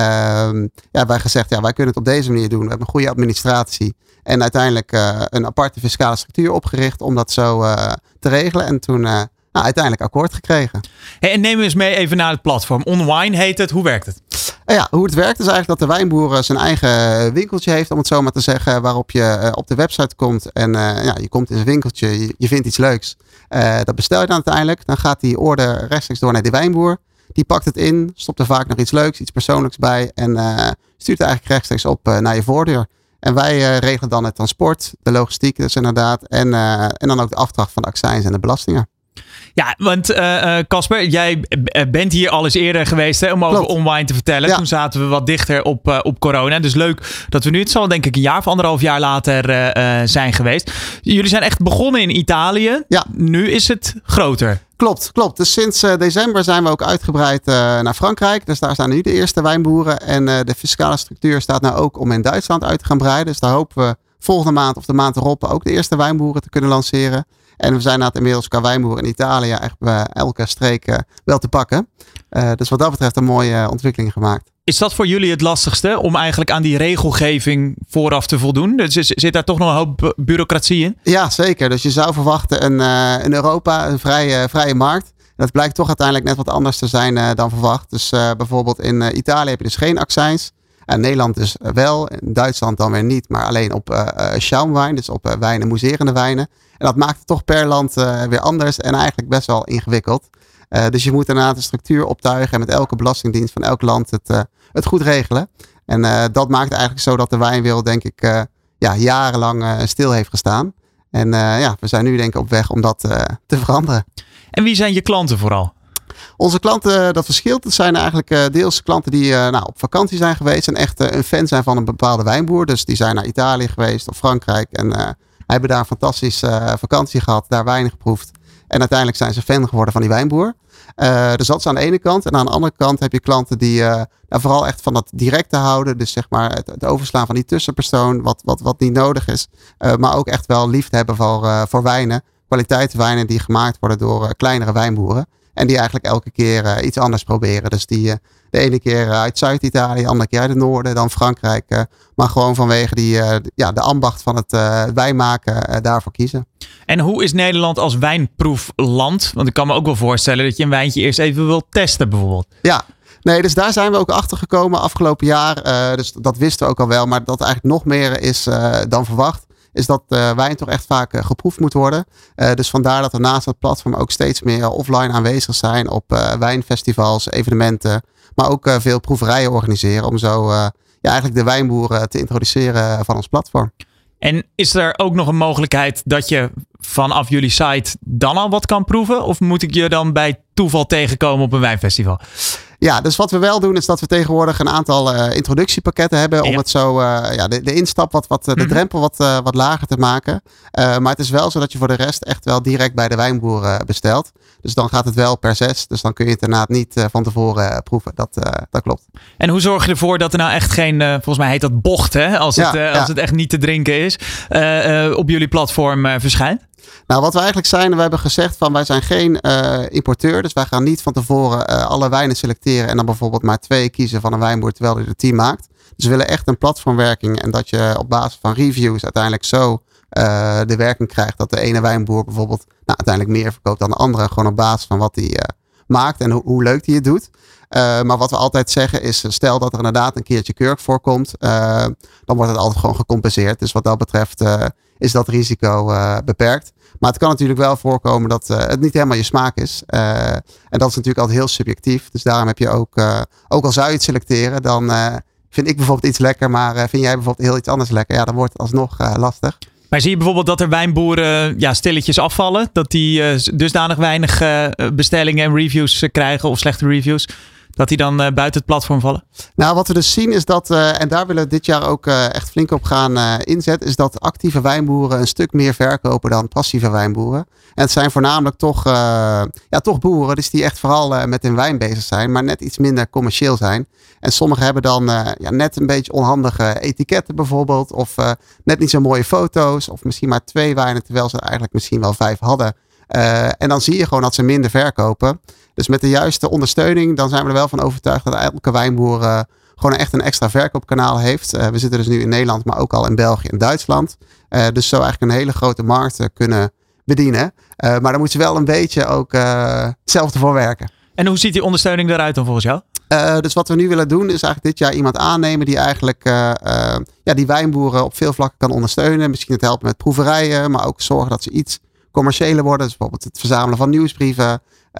Hebben wij gezegd, wij kunnen het op deze manier doen. We hebben een goede administratie. En uiteindelijk een aparte fiscale structuur opgericht om dat zo te regelen. En toen uiteindelijk akkoord gekregen. Hey, en neem eens mee even naar het platform. OnWine heet het. Hoe werkt het? Hoe het werkt is eigenlijk dat de wijnboer zijn eigen winkeltje heeft, om het zo maar te zeggen, waarop je op de website komt en je komt in zijn winkeltje, je vindt iets leuks. Dat bestel je dan uiteindelijk. Dan gaat die order rechtstreeks door naar de wijnboer. Die pakt het in, stopt er vaak nog iets leuks, iets persoonlijks bij en stuurt het eigenlijk rechtstreeks op naar je voordeur. En wij regelen dan het transport, de logistiek dus inderdaad en dan ook de afdracht van de accijns en de belastingen. Ja, want Casper, jij bent hier al eens eerder geweest om over OnWine te vertellen. Ja. Toen zaten we wat dichter op corona. Dus leuk dat we nu, het zal denk ik een jaar of 1,5 jaar later zijn geweest. Jullie zijn echt begonnen in Italië. Ja. Nu is het groter. Klopt. Dus sinds december zijn we ook uitgebreid naar Frankrijk. Dus daar staan nu de eerste wijnboeren. En de fiscale structuur staat nou ook om in Duitsland uit te gaan breiden. Dus daar hopen we volgende maand of de maand erop ook de eerste wijnboeren te kunnen lanceren. En we zijn inmiddels qua wijnboeren in Italië echt bij elke streek wel te pakken. Dus wat dat betreft een mooie ontwikkeling gemaakt. Is dat voor jullie het lastigste om eigenlijk aan die regelgeving vooraf te voldoen? Dus zit daar toch nog een hoop bureaucratie in? Ja, zeker. Dus je zou verwachten in Europa een vrije markt. Dat blijkt toch uiteindelijk net wat anders te zijn dan verwacht. Dus bijvoorbeeld in Italië heb je dus geen accijns. En Nederland dus wel, in Duitsland dan weer niet, maar alleen op schaumwijn, dus op wijnen, mousserende wijnen. En dat maakt het toch per land weer anders en eigenlijk best wel ingewikkeld. Dus je moet inderdaad de structuur optuigen en met elke belastingdienst van elk land het goed regelen. En dat maakt eigenlijk zo dat de wijnwereld denk ik jarenlang stil heeft gestaan. En we zijn nu denk ik op weg om dat te veranderen. En wie zijn je klanten vooral? Onze klanten, dat verschilt. Het zijn eigenlijk deels klanten die op vakantie zijn geweest en echt een fan zijn van een bepaalde wijnboer. Dus die zijn naar Italië geweest of Frankrijk en hebben daar een fantastische vakantie gehad, daar wijnen geproefd. En uiteindelijk zijn ze fan geworden van die wijnboer. Dus dat is aan de ene kant. En aan de andere kant heb je klanten die vooral echt van dat directe houden. Dus zeg maar het overslaan van die tussenpersoon, wat niet nodig is. Maar ook echt wel liefde hebben voor wijnen. Kwaliteitswijnen die gemaakt worden door kleinere wijnboeren. En die eigenlijk elke keer iets anders proberen. Dus die de ene keer uit Zuid-Italië, de andere keer uit het noorden, dan Frankrijk. Maar gewoon vanwege de ambacht van het wijnmaken daarvoor kiezen. En hoe is Nederland als wijnproefland? Want ik kan me ook wel voorstellen dat je een wijntje eerst even wilt testen bijvoorbeeld. Ja. Nee, dus daar zijn we ook achter gekomen afgelopen jaar. Dus dat wisten we ook al wel. Maar dat eigenlijk nog meer is dan verwacht. Is dat wijn toch echt vaak geproefd moet worden. Dus vandaar dat we naast het platform ook steeds meer offline aanwezig zijn. Op wijnfestivals, evenementen. Maar ook veel proeverijen organiseren. Om zo eigenlijk de wijnboeren te introduceren van ons platform. En is er ook nog een mogelijkheid dat je vanaf jullie site dan al wat kan proeven? Of moet ik je dan bij toeval tegenkomen op een wijnfestival? Ja, dus wat we wel doen is dat we tegenwoordig een aantal introductiepakketten hebben. Om het zo de instap de drempel wat lager te maken. Maar het is wel zo dat je voor de rest echt wel direct bij de wijnboer bestelt. Dus dan gaat het wel per 6. Dus dan kun je het inderdaad niet van tevoren proeven. Dat klopt. En hoe zorg je ervoor dat er nou echt geen, volgens mij heet dat bocht, hè? Als het echt niet te drinken is, op jullie platform verschijnt? Nou, wat we eigenlijk zijn, we hebben gezegd van wij zijn geen importeur. Dus wij gaan niet van tevoren alle wijnen selecteren en dan bijvoorbeeld maar 2 kiezen van een wijnboer terwijl hij er 10 maakt. Dus we willen echt een platformwerking en dat je op basis van reviews uiteindelijk zo de werking krijgt dat de ene wijnboer bijvoorbeeld uiteindelijk meer verkoopt dan de andere. Gewoon op basis van wat hij maakt en hoe leuk hij het doet. Maar wat we altijd zeggen is, stel dat er inderdaad een keertje kurk voorkomt, dan wordt het altijd gewoon gecompenseerd. Dus wat dat betreft is dat risico beperkt. Maar het kan natuurlijk wel voorkomen dat het niet helemaal je smaak is. En dat is natuurlijk altijd heel subjectief. Dus daarom heb je ook al zou je het selecteren, dan vind ik bijvoorbeeld iets lekker, maar vind jij bijvoorbeeld heel iets anders lekker. Ja, dan wordt het alsnog lastig. Maar zie je bijvoorbeeld dat er wijnboeren stilletjes afvallen? Dat die dusdanig weinig bestellingen en reviews krijgen of slechte reviews, dat die dan buiten het platform vallen? Nou, wat we dus zien is dat, en daar willen we dit jaar ook echt flink op gaan inzetten, is dat actieve wijnboeren een stuk meer verkopen dan passieve wijnboeren. En het zijn voornamelijk toch boeren, dus die echt vooral met hun wijn bezig zijn, maar net iets minder commercieel zijn. En sommigen hebben dan net een beetje onhandige etiketten bijvoorbeeld, of net niet zo mooie foto's, of misschien maar 2 wijnen, terwijl ze eigenlijk misschien wel 5 hadden. En dan zie je gewoon dat ze minder verkopen. Dus met de juiste ondersteuning, dan zijn we er wel van overtuigd dat elke wijnboer gewoon echt een extra verkoopkanaal heeft. We zitten dus nu in Nederland, maar ook al in België en Duitsland. Dus zo eigenlijk een hele grote markt kunnen bedienen. Maar daar moeten ze wel een beetje ook zelf ervoor werken. En hoe ziet die ondersteuning eruit dan volgens jou? Dus wat we nu willen doen is eigenlijk dit jaar iemand aannemen die eigenlijk die wijnboeren op veel vlakken kan ondersteunen. Misschien het helpen met proeverijen, maar ook zorgen dat ze iets commerciëler worden. Dus bijvoorbeeld het verzamelen van nieuwsbrieven.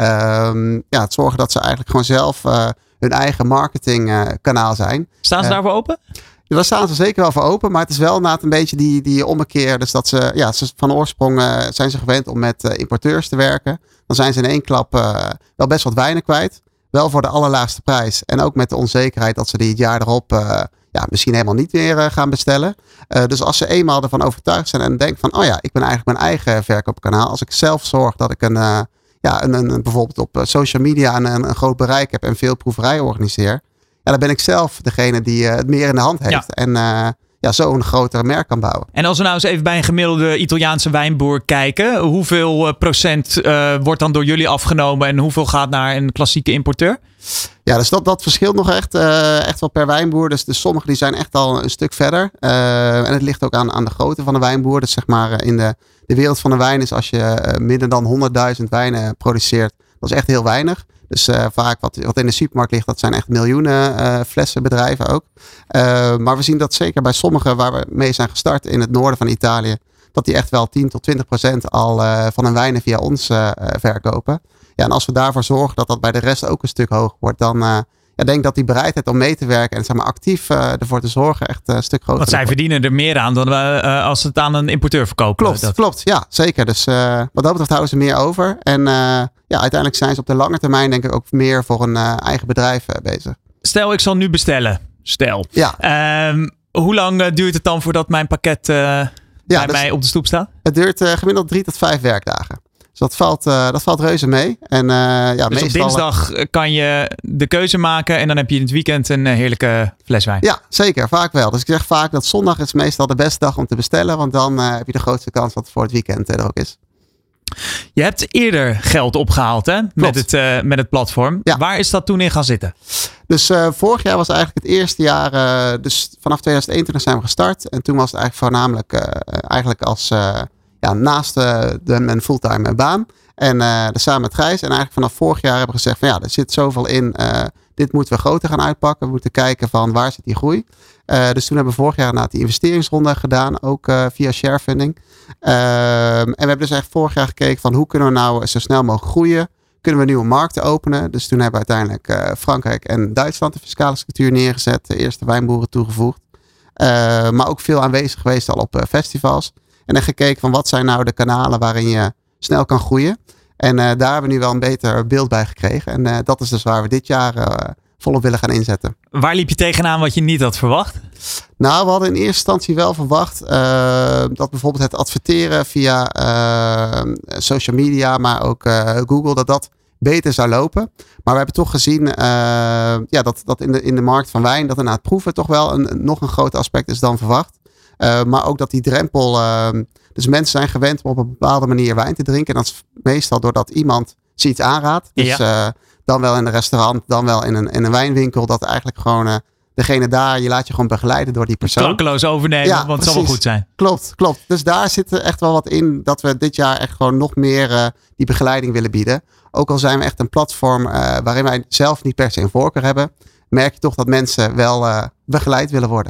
Het zorgen dat ze eigenlijk gewoon zelf hun eigen marketingkanaal zijn. Staan ze daarvoor open? Daar staan ze zeker wel voor open. Maar het is wel inderdaad een beetje die ommekeer. Dus dat ze van oorsprong zijn ze gewend om met importeurs te werken. Dan zijn ze in één klap wel best wat wijnen kwijt. Wel voor de allerlaagste prijs. En ook met de onzekerheid dat ze die het jaar erop misschien helemaal niet meer gaan bestellen. Dus als ze eenmaal ervan overtuigd zijn en denken van, ik ben eigenlijk mijn eigen verkoopkanaal. Als ik zelf zorg dat ik bijvoorbeeld op social media een groot bereik heb en veel proeverijen organiseer. Ja, dan ben ik zelf degene die het meer in de hand heeft. Ja. En zo een grotere merk kan bouwen. En als we nou eens even bij een gemiddelde Italiaanse wijnboer kijken. Hoeveel procent wordt dan door jullie afgenomen en hoeveel gaat naar een klassieke importeur? Ja, dus dat verschilt nog echt wel per wijnboer. Dus sommigen die zijn echt al een stuk verder. En het ligt ook aan de grootte van de wijnboer. Dus zeg maar in de wereld van de wijn is als je minder dan 100.000 wijnen produceert. Dat is echt heel weinig. Dus vaak wat in de supermarkt ligt, dat zijn echt miljoenen flessen bedrijven ook. Maar we zien dat zeker bij sommigen waar we mee zijn gestart in het noorden van Italië, dat die echt wel 10-20% al van hun wijnen via ons verkopen. Ja, en als we daarvoor zorgen dat dat bij de rest ook een stuk hoger wordt, dan denk ik dat die bereidheid om mee te werken en zeg maar actief ervoor te zorgen echt een stuk groter. Want zij verdienen er meer aan dan als ze het aan een importeur verkopen. Klopt. Ja, zeker. Dus wat dat betreft houden ze meer over. En uiteindelijk zijn ze op de lange termijn denk ik ook meer voor een eigen bedrijf bezig. Stel, ik zal nu bestellen. Ja. Hoe lang duurt het dan voordat mijn pakket bij mij op de stoep staat? Het duurt gemiddeld 3 tot 5 werkdagen. Dus dat valt reuze mee. En, dus meestal, op dinsdag kan je de keuze maken en dan heb je in het weekend een heerlijke fles wijn. Ja, zeker. Vaak wel. Dus ik zeg vaak dat zondag is meestal de beste dag om te bestellen. Want dan heb je de grootste kans dat het voor het weekend er ook is. Je hebt eerder geld opgehaald hè? Met het platform. Ja. Waar is dat toen in gaan zitten? Dus vorig jaar was eigenlijk het eerste jaar. Dus vanaf 2021 zijn we gestart. En toen was het eigenlijk voornamelijk eigenlijk als naast een fulltime baan. En samen met Gijs. En eigenlijk vanaf vorig jaar hebben we gezegd van er zit zoveel in. Dit moeten we groter gaan uitpakken. We moeten kijken van waar zit die groei. Dus toen hebben we vorig jaar inderdaad die investeringsronde gedaan. Ook via sharefunding. En we hebben dus echt vorig jaar gekeken van hoe kunnen we nou zo snel mogelijk groeien. Kunnen we nieuwe markten openen. Dus toen hebben we uiteindelijk Frankrijk en Duitsland de fiscale structuur neergezet. De eerste wijnboeren toegevoegd. Maar ook veel aanwezig geweest al op festivals. En dan gekeken van wat zijn nou de kanalen waarin je snel kan groeien. En daar hebben we nu wel een beter beeld bij gekregen. En dat is dus waar we dit jaar volop willen gaan inzetten. Waar liep je tegenaan wat je niet had verwacht? Nou, we hadden in eerste instantie wel verwacht dat bijvoorbeeld het adverteren via social media, maar ook Google, dat beter zou lopen. Maar we hebben toch gezien dat in de markt van wijn, dat inderdaad proeven toch wel nog een groot aspect is dan verwacht. Maar ook dat die drempel, dus mensen zijn gewend om op een bepaalde manier wijn te drinken. En dat is meestal doordat iemand ze iets aanraadt. Dus dan wel in een restaurant, dan wel in een wijnwinkel. Dat eigenlijk gewoon degene daar, je laat je gewoon begeleiden door die persoon. Klakkeloos overnemen, want het zal wel goed zijn. Klopt. Dus daar zit echt wel wat in dat we dit jaar echt gewoon nog meer die begeleiding willen bieden. Ook al zijn we echt een platform waarin wij zelf niet per se een voorkeur hebben, merk je toch dat mensen wel begeleid willen worden.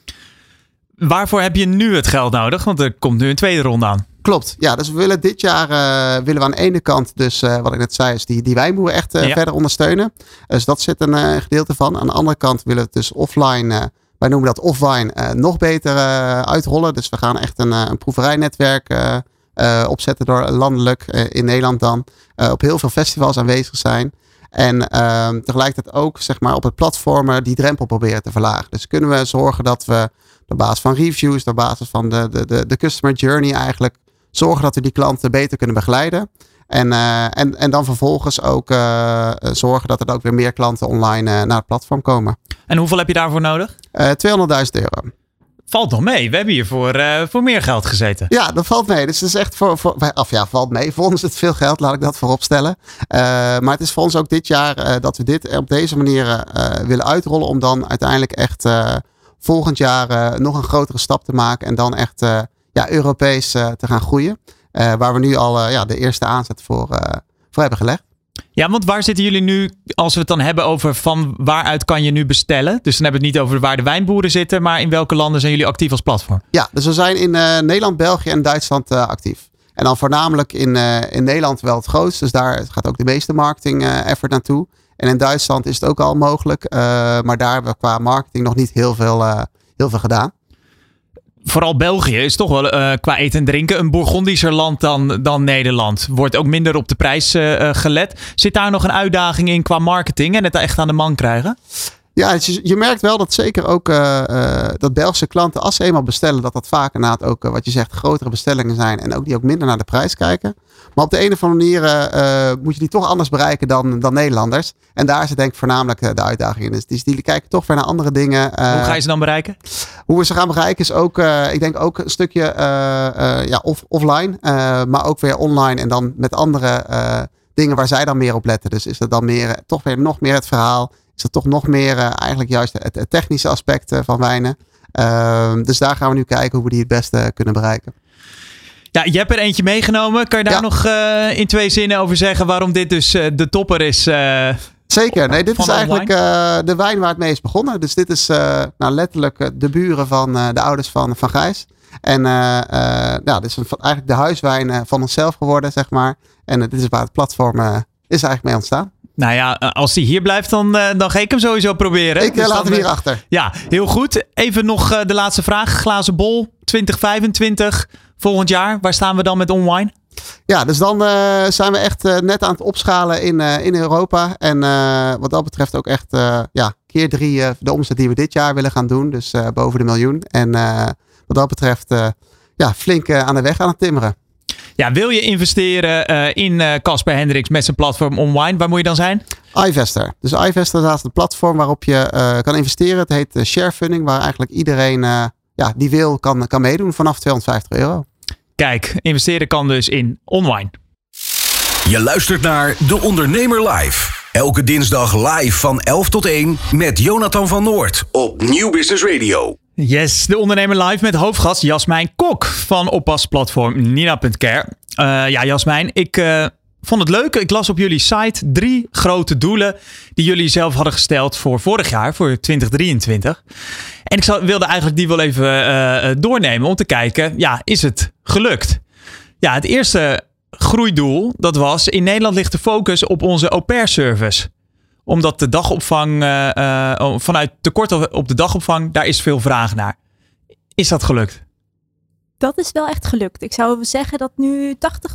Waarvoor heb je nu het geld nodig? Want er komt nu een tweede ronde aan. Klopt. Ja, dus we willen dit jaar willen we aan de ene kant dus wat ik net zei, is die wijnboeren echt verder ondersteunen. Dus dat zit een gedeelte van. Aan de andere kant willen we het dus offline, wij noemen dat offline, nog beter uitrollen. Dus we gaan echt een proeverijnetwerk opzetten door landelijk in Nederland dan op heel veel festivals aanwezig zijn. En tegelijkertijd ook zeg maar op het platform die drempel proberen te verlagen. Dus kunnen we zorgen dat we op basis van reviews, op basis van de customer journey eigenlijk zorgen dat we die klanten beter kunnen begeleiden. En dan vervolgens ook zorgen dat er ook weer meer klanten online naar het platform komen. En hoeveel heb je daarvoor nodig? €200.000. Valt nog mee. We hebben hier voor meer geld gezeten. Ja, dat valt mee. Dus het is echt valt mee. Voor ons is het veel geld, laat ik dat voorop stellen. Maar het is voor ons ook dit jaar dat we dit op deze manier willen uitrollen. Om dan uiteindelijk echt volgend jaar nog een grotere stap te maken. En dan echt Europees te gaan groeien. Waar we nu al de eerste aanzet voor hebben gelegd. Ja, want waar zitten jullie nu, als we het dan hebben over van waaruit kan je nu bestellen? Dus dan hebben we het niet over waar de wijnboeren zitten, maar in welke landen zijn jullie actief als platform? Ja, dus we zijn in Nederland, België en Duitsland actief. En dan voornamelijk in Nederland wel het grootst. Dus daar gaat ook de meeste marketing effort naartoe. En in Duitsland is het ook al mogelijk. Maar daar hebben we qua marketing nog niet heel veel gedaan. Vooral België is toch wel qua eten en drinken een Bourgondischer land dan Nederland. Wordt ook minder op de prijs gelet. Zit daar nog een uitdaging in qua marketing en het echt aan de man krijgen? Ja, je merkt wel dat zeker ook dat Belgische klanten, als ze eenmaal bestellen, dat vaak inderdaad ook, wat je zegt, grotere bestellingen zijn. En ook die ook minder naar de prijs kijken. Maar op de een of andere manier moet je die toch anders bereiken dan Nederlanders. En daar zit denk ik voornamelijk de uitdaging in. Dus die kijken toch weer naar andere dingen. Hoe ga je ze dan bereiken? Hoe we ze gaan bereiken is ook, ik denk ook een stukje offline. Maar ook weer online en dan met andere dingen waar zij dan meer op letten. Dus is dat dan meer, toch weer nog meer het verhaal. Is dat toch nog meer eigenlijk juist het technische aspect van wijnen. Dus daar gaan we nu kijken hoe we die het beste kunnen bereiken. Ja, je hebt er eentje meegenomen. Kan je daar nog in 2 zinnen over zeggen waarom dit dus de topper is? Zeker. Nee, dit is eigenlijk de wijn waar het mee is begonnen. Dus dit is letterlijk de buren van de ouders van Gijs. En dit is eigenlijk de huiswijn van onszelf geworden, zeg maar. En dit is waar het platform is eigenlijk mee ontstaan. Nou ja, als die hier blijft, dan ga ik hem sowieso proberen. Ik laat hem hier achter. Ja, heel goed. Even nog de laatste vraag. Glazen bol 2025, volgend jaar. Waar staan we dan met OnWine? Ja, dus dan zijn we echt net aan het opschalen in Europa. En wat dat betreft ook echt keer 3 de omzet die we dit jaar willen gaan doen. Dus boven de 1 miljoen. En wat dat betreft flink aan de weg aan het timmeren. Ja, wil je investeren in Casper Hendricks met zijn platform OnWine? Waar moet je dan zijn? iVestor. Dus iVestor is het platform waarop je kan investeren. Het heet sharefunding, waar eigenlijk iedereen die wil kan meedoen vanaf €250. Kijk, investeren kan dus in OnWine. Je luistert naar De Ondernemer Live. Elke dinsdag live van 11 tot 1 met Jonathan van Noord op Nieuw Business Radio. Yes, De Ondernemer Live met hoofdgast Jasmijn Kok van oppasplatform Nina.care. Ja, Jasmijn, ik vond het leuk. Ik las op jullie site 3 grote doelen die jullie zelf hadden gesteld voor vorig jaar, voor 2023. En ik wilde eigenlijk die wel even doornemen om te kijken, ja, is het gelukt? Ja, het eerste groeidoel, dat was: in Nederland ligt de focus op onze au pair service. Omdat de dagopvang, vanuit tekort op de dagopvang, daar is veel vraag naar. Is dat gelukt? Dat is wel echt gelukt. Ik zou zeggen dat nu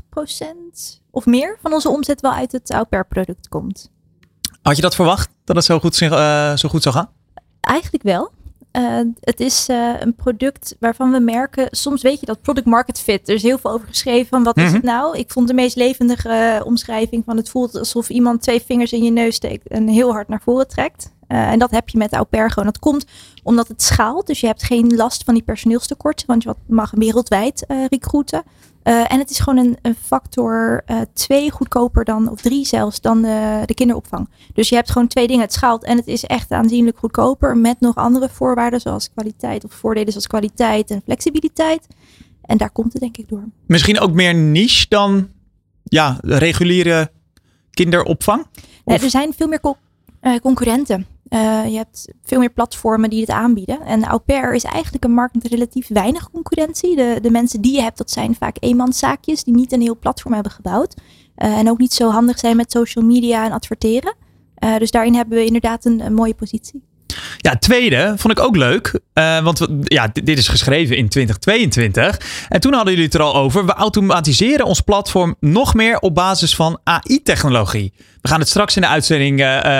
80% of meer van onze omzet wel uit het au pair product komt. Had je dat verwacht, dat het zo goed zou gaan? Eigenlijk wel. Het is een product waarvan we merken, soms weet je dat product market fit. Er is heel veel over geschreven van wat is het nou? Ik vond de meest levendige omschrijving van het voelt alsof iemand 2 vingers in je neus steekt en heel hard naar voren trekt. En dat heb je met au pair gewoon. Dat komt omdat het schaalt. Dus je hebt geen last van die personeelstekorten, want je mag wereldwijd recruiten. En het is gewoon een factor 2 goedkoper dan, of 3 zelfs, dan de kinderopvang. Dus je hebt gewoon 2 dingen. Het schaalt en het is echt aanzienlijk goedkoper met nog andere voorwaarden zoals kwaliteit of voordelen zoals kwaliteit en flexibiliteit. En daar komt het denk ik door. Misschien ook meer niche dan de reguliere kinderopvang? Nee, er zijn veel meer concurrenten. Je hebt veel meer platformen die het aanbieden. En au pair is eigenlijk een markt met relatief weinig concurrentie. De mensen die je hebt, dat zijn vaak eenmanszaakjes die niet een heel platform hebben gebouwd. En ook niet zo handig zijn met social media en adverteren. Dus daarin hebben we inderdaad een mooie positie. Ja, het tweede vond ik ook leuk. Want dit is geschreven in 2022. En toen hadden jullie het er al over. We automatiseren ons platform nog meer op basis van AI-technologie. We gaan het straks in de uitzending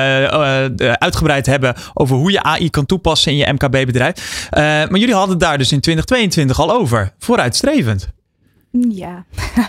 uitgebreid hebben over hoe je AI kan toepassen in je MKB-bedrijf. Maar jullie hadden het daar dus in 2022 al over. Vooruitstrevend. Ja,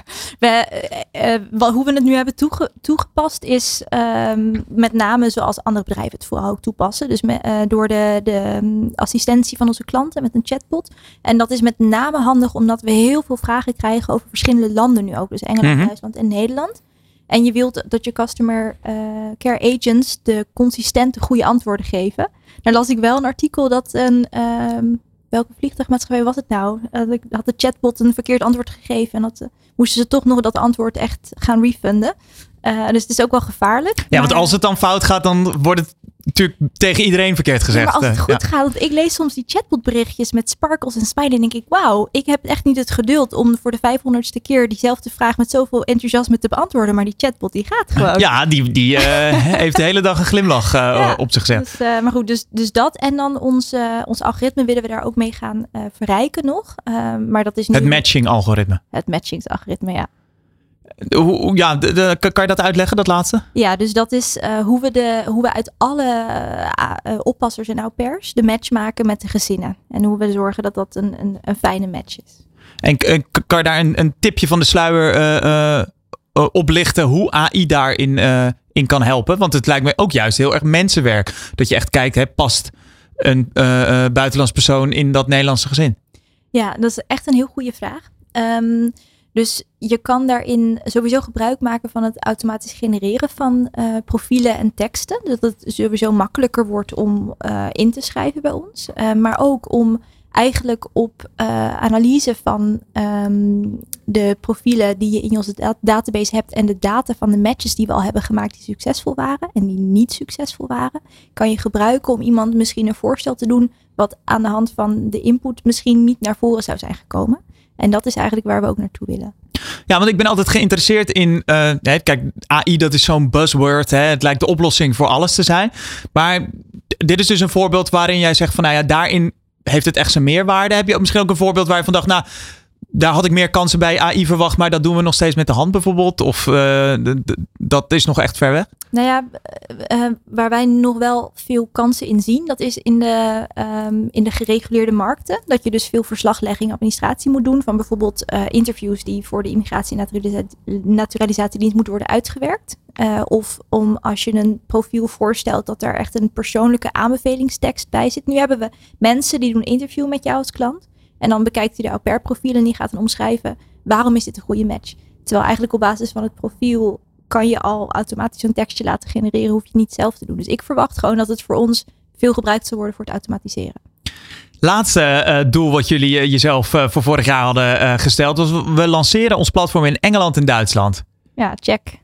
hoe we het nu hebben toegepast is met name zoals andere bedrijven het vooral ook toepassen. Dus door de assistentie van onze klanten met een chatbot. En dat is met name handig omdat we heel veel vragen krijgen over verschillende landen nu ook. Dus Engeland, Duitsland en Nederland. En je wilt dat je customer care agents de consistente goede antwoorden geven. Daar las ik wel een artikel dat welke vliegtuigmaatschappij was het nou? Had de chatbot een verkeerd antwoord gegeven en moesten ze toch nog dat antwoord echt gaan refunden. Dus het is ook wel gevaarlijk. Ja, want als het dan fout gaat, dan wordt het natuurlijk tegen iedereen verkeerd gezegd. Ja, maar als het goed gaat, want ik lees soms die chatbotberichtjes met sparkles en smiley en denk ik, wauw, ik heb echt niet het geduld om voor de 500ste keer diezelfde vraag met zoveel enthousiasme te beantwoorden. Maar die chatbot, die gaat gewoon. Ja, die heeft de hele dag een glimlach op zich gezet. Dus, maar goed, dus dat en dan ons algoritme willen we daar ook mee gaan verrijken nog. Maar dat is nu het matching-algoritme. Het matchingsalgoritme, ja. Kan je dat uitleggen, dat laatste? Ja, dus dat is hoe we uit alle oppassers en au pairs de match maken met de gezinnen. En hoe we zorgen dat dat een fijne match is. En kan je daar een tipje van de sluier oplichten hoe AI daarin in kan helpen? Want het lijkt me ook juist heel erg mensenwerk. Dat je echt kijkt, past een buitenlands persoon in dat Nederlandse gezin? Ja, dat is echt een heel goede vraag. Dus je kan daarin sowieso gebruik maken van het automatisch genereren van profielen en teksten. Dat het sowieso makkelijker wordt om in te schrijven bij ons. Maar ook om eigenlijk op analyse van de profielen die je in onze database hebt en de data van de matches die we al hebben gemaakt die succesvol waren en die niet succesvol waren, kan je gebruiken om iemand misschien een voorstel te doen wat aan de hand van de input misschien niet naar voren zou zijn gekomen. En dat is eigenlijk waar we ook naartoe willen. Ja, want ik ben altijd geïnteresseerd in... kijk, AI, dat is zo'n buzzword. Het lijkt de oplossing voor alles te zijn. Maar dit is dus een voorbeeld waarin jij zegt van... daarin heeft het echt zijn meerwaarde. Heb je misschien ook een voorbeeld waar je van dacht... daar had ik meer kansen bij AI verwacht... maar dat doen we nog steeds met de hand bijvoorbeeld? Of dat is nog echt ver weg? Nou ja, waar wij nog wel veel kansen in zien... dat is in de gereguleerde markten. Dat je dus veel verslaglegging en administratie moet doen... van bijvoorbeeld interviews die voor de immigratie- en naturalisatiedienst moeten worden uitgewerkt. Of als je een profiel voorstelt... dat er echt een persoonlijke aanbevelingstekst bij zit. Nu hebben we mensen die doen een interview met jou als klant... En dan bekijkt hij de au pair profiel en die gaat dan omschrijven... waarom is dit een goede match? Terwijl eigenlijk op basis van het profiel kan je al automatisch een tekstje laten genereren. Hoef je het niet zelf te doen. Dus ik verwacht gewoon dat het voor ons veel gebruikt zal worden voor het automatiseren. Laatste doel wat jullie jezelf voor vorig jaar hadden gesteld was: we lanceren ons platform in Engeland en Duitsland. Ja, check.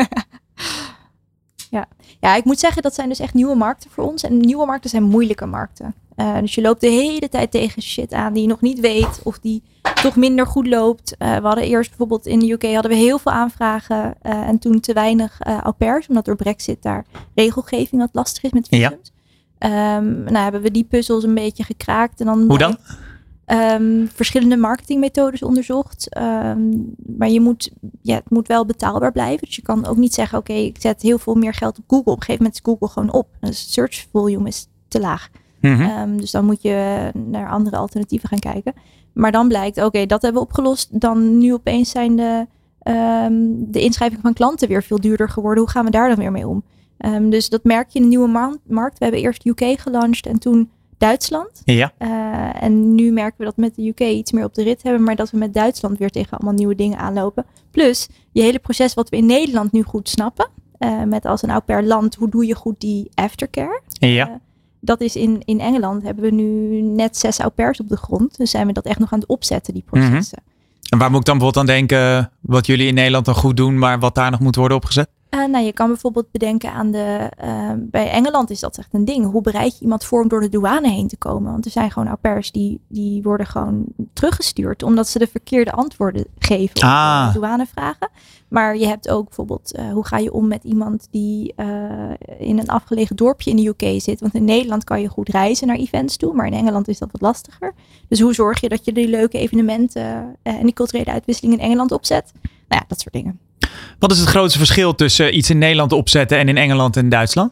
Ja, ik moet zeggen, dat zijn dus echt nieuwe markten voor ons. En nieuwe markten zijn moeilijke markten. Dus je loopt de hele tijd tegen shit aan die je nog niet weet of die toch minder goed loopt. We hadden eerst bijvoorbeeld in de UK hadden we heel veel aanvragen en toen te weinig au pairs, omdat door Brexit daar regelgeving wat lastig is met visums. Nou hebben we die puzzels een beetje gekraakt. En dan hoe dan? Verschillende marketingmethodes onderzocht. Maar het moet wel betaalbaar blijven. Dus je kan ook niet zeggen, oké, ik zet heel veel meer geld op Google. Op een gegeven moment is Google gewoon op. Dus het search volume is te laag. Mm-hmm. Dus dan moet je naar andere alternatieven gaan kijken. Maar dan blijkt, oké, dat hebben we opgelost. Dan nu opeens zijn de inschrijvingen van klanten weer veel duurder geworden. Hoe gaan we daar dan weer mee om? Dus dat merk je in de nieuwe markt. We hebben eerst UK gelanceerd en toen Duitsland. Ja. En nu merken we dat we met de UK iets meer op de rit hebben. Maar dat we met Duitsland weer tegen allemaal nieuwe dingen aanlopen. Plus, je hele proces wat we in Nederland nu goed snappen. Met als een au pair land, hoe doe je goed die aftercare? Ja. Dat is in Engeland hebben we nu net 6 au pairs op de grond. Dus zijn we dat echt nog aan het opzetten, die processen. Mm-hmm. En waar moet ik dan bijvoorbeeld aan denken wat jullie in Nederland dan goed doen, maar wat daar nog moet worden opgezet? Je kan bijvoorbeeld bedenken aan bij Engeland is dat echt een ding. Hoe bereid je iemand voor om door de douane heen te komen? Want er zijn gewoon au pairs die worden gewoon teruggestuurd omdat ze de verkeerde antwoorden geven op douanevragen. Maar je hebt ook bijvoorbeeld, hoe ga je om met iemand die in een afgelegen dorpje in de UK zit? Want in Nederland kan je goed reizen naar events toe, maar in Engeland is dat wat lastiger. Dus hoe zorg je dat je die leuke evenementen en die culturele uitwisseling in Engeland opzet? Nou ja, dat soort dingen. Wat is het grootste verschil tussen iets in Nederland opzetten en in Engeland en Duitsland?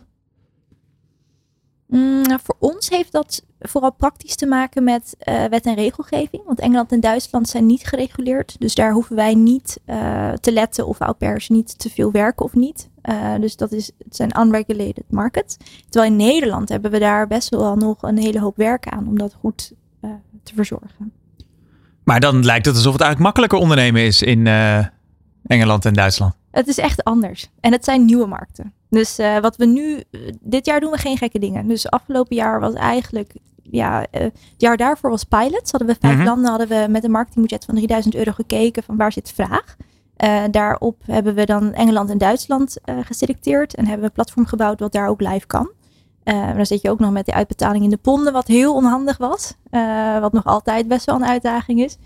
Voor ons heeft dat vooral praktisch te maken met wet en regelgeving. Want Engeland en Duitsland zijn niet gereguleerd. Dus daar hoeven wij niet te letten of au pairs niet te veel werken of niet. Dus het zijn unregulated markets. Terwijl in Nederland hebben we daar best wel nog een hele hoop werk aan om dat goed te verzorgen. Maar dan lijkt het alsof het eigenlijk makkelijker ondernemen is in Engeland en Duitsland. Het is echt anders. En het zijn nieuwe markten. Dus wat we nu... Dit jaar doen we geen gekke dingen. Dus afgelopen jaar was eigenlijk... het jaar daarvoor was pilots. Hadden we 5 landen. Hadden we met een marketingbudget van €3.000 gekeken van waar zit vraag. Daarop hebben we dan Engeland en Duitsland geselecteerd. En hebben we een platform gebouwd wat daar ook live kan. Dan zit je ook nog met de uitbetaling in de ponden. Wat heel onhandig was. Wat nog altijd best wel een uitdaging is.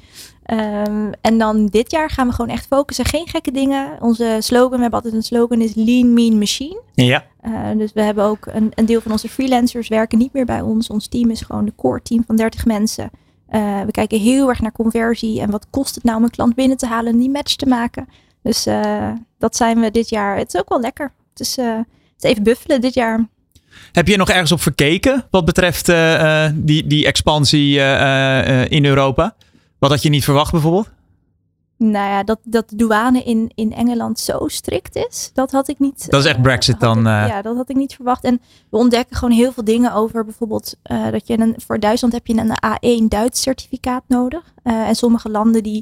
En dan dit jaar gaan we gewoon echt focussen. Geen gekke dingen. Onze slogan, we hebben altijd een slogan, is Lean, Mean, Machine. Ja. Dus we hebben ook een deel van onze freelancers werken niet meer bij ons. Ons team is gewoon de core team van 30 mensen. We kijken heel erg naar conversie. En wat kost het nou om een klant binnen te halen en die match te maken. Dus dat zijn we dit jaar. Het is ook wel lekker. Het is even buffelen dit jaar. Heb je nog ergens op verkeken wat betreft die expansie in Europa? Wat had je niet verwacht bijvoorbeeld? Nou ja, dat de douane in Engeland zo strikt is, dat had ik niet. Dat is echt Brexit dan? Ja, dat had ik niet verwacht. En we ontdekken gewoon heel veel dingen over bijvoorbeeld dat je voor Duitsland heb je een A1 Duits certificaat nodig. En sommige landen die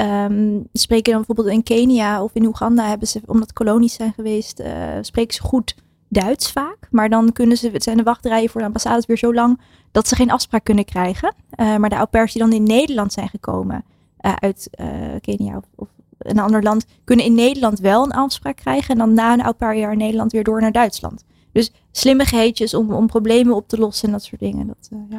spreken dan bijvoorbeeld in Kenia of in Oeganda hebben ze, omdat kolonies zijn geweest, spreken ze goed Duits vaak. Maar dan zijn de wachtrijen voor de ambassades weer zo lang dat ze geen afspraak kunnen krijgen. Maar de au pairs die dan in Nederland zijn gekomen uit Kenia of een ander land, kunnen in Nederland wel een afspraak krijgen. En dan na een au pair jaar in Nederland weer door naar Duitsland. Dus slimmigheidjes om problemen op te lossen en dat soort dingen.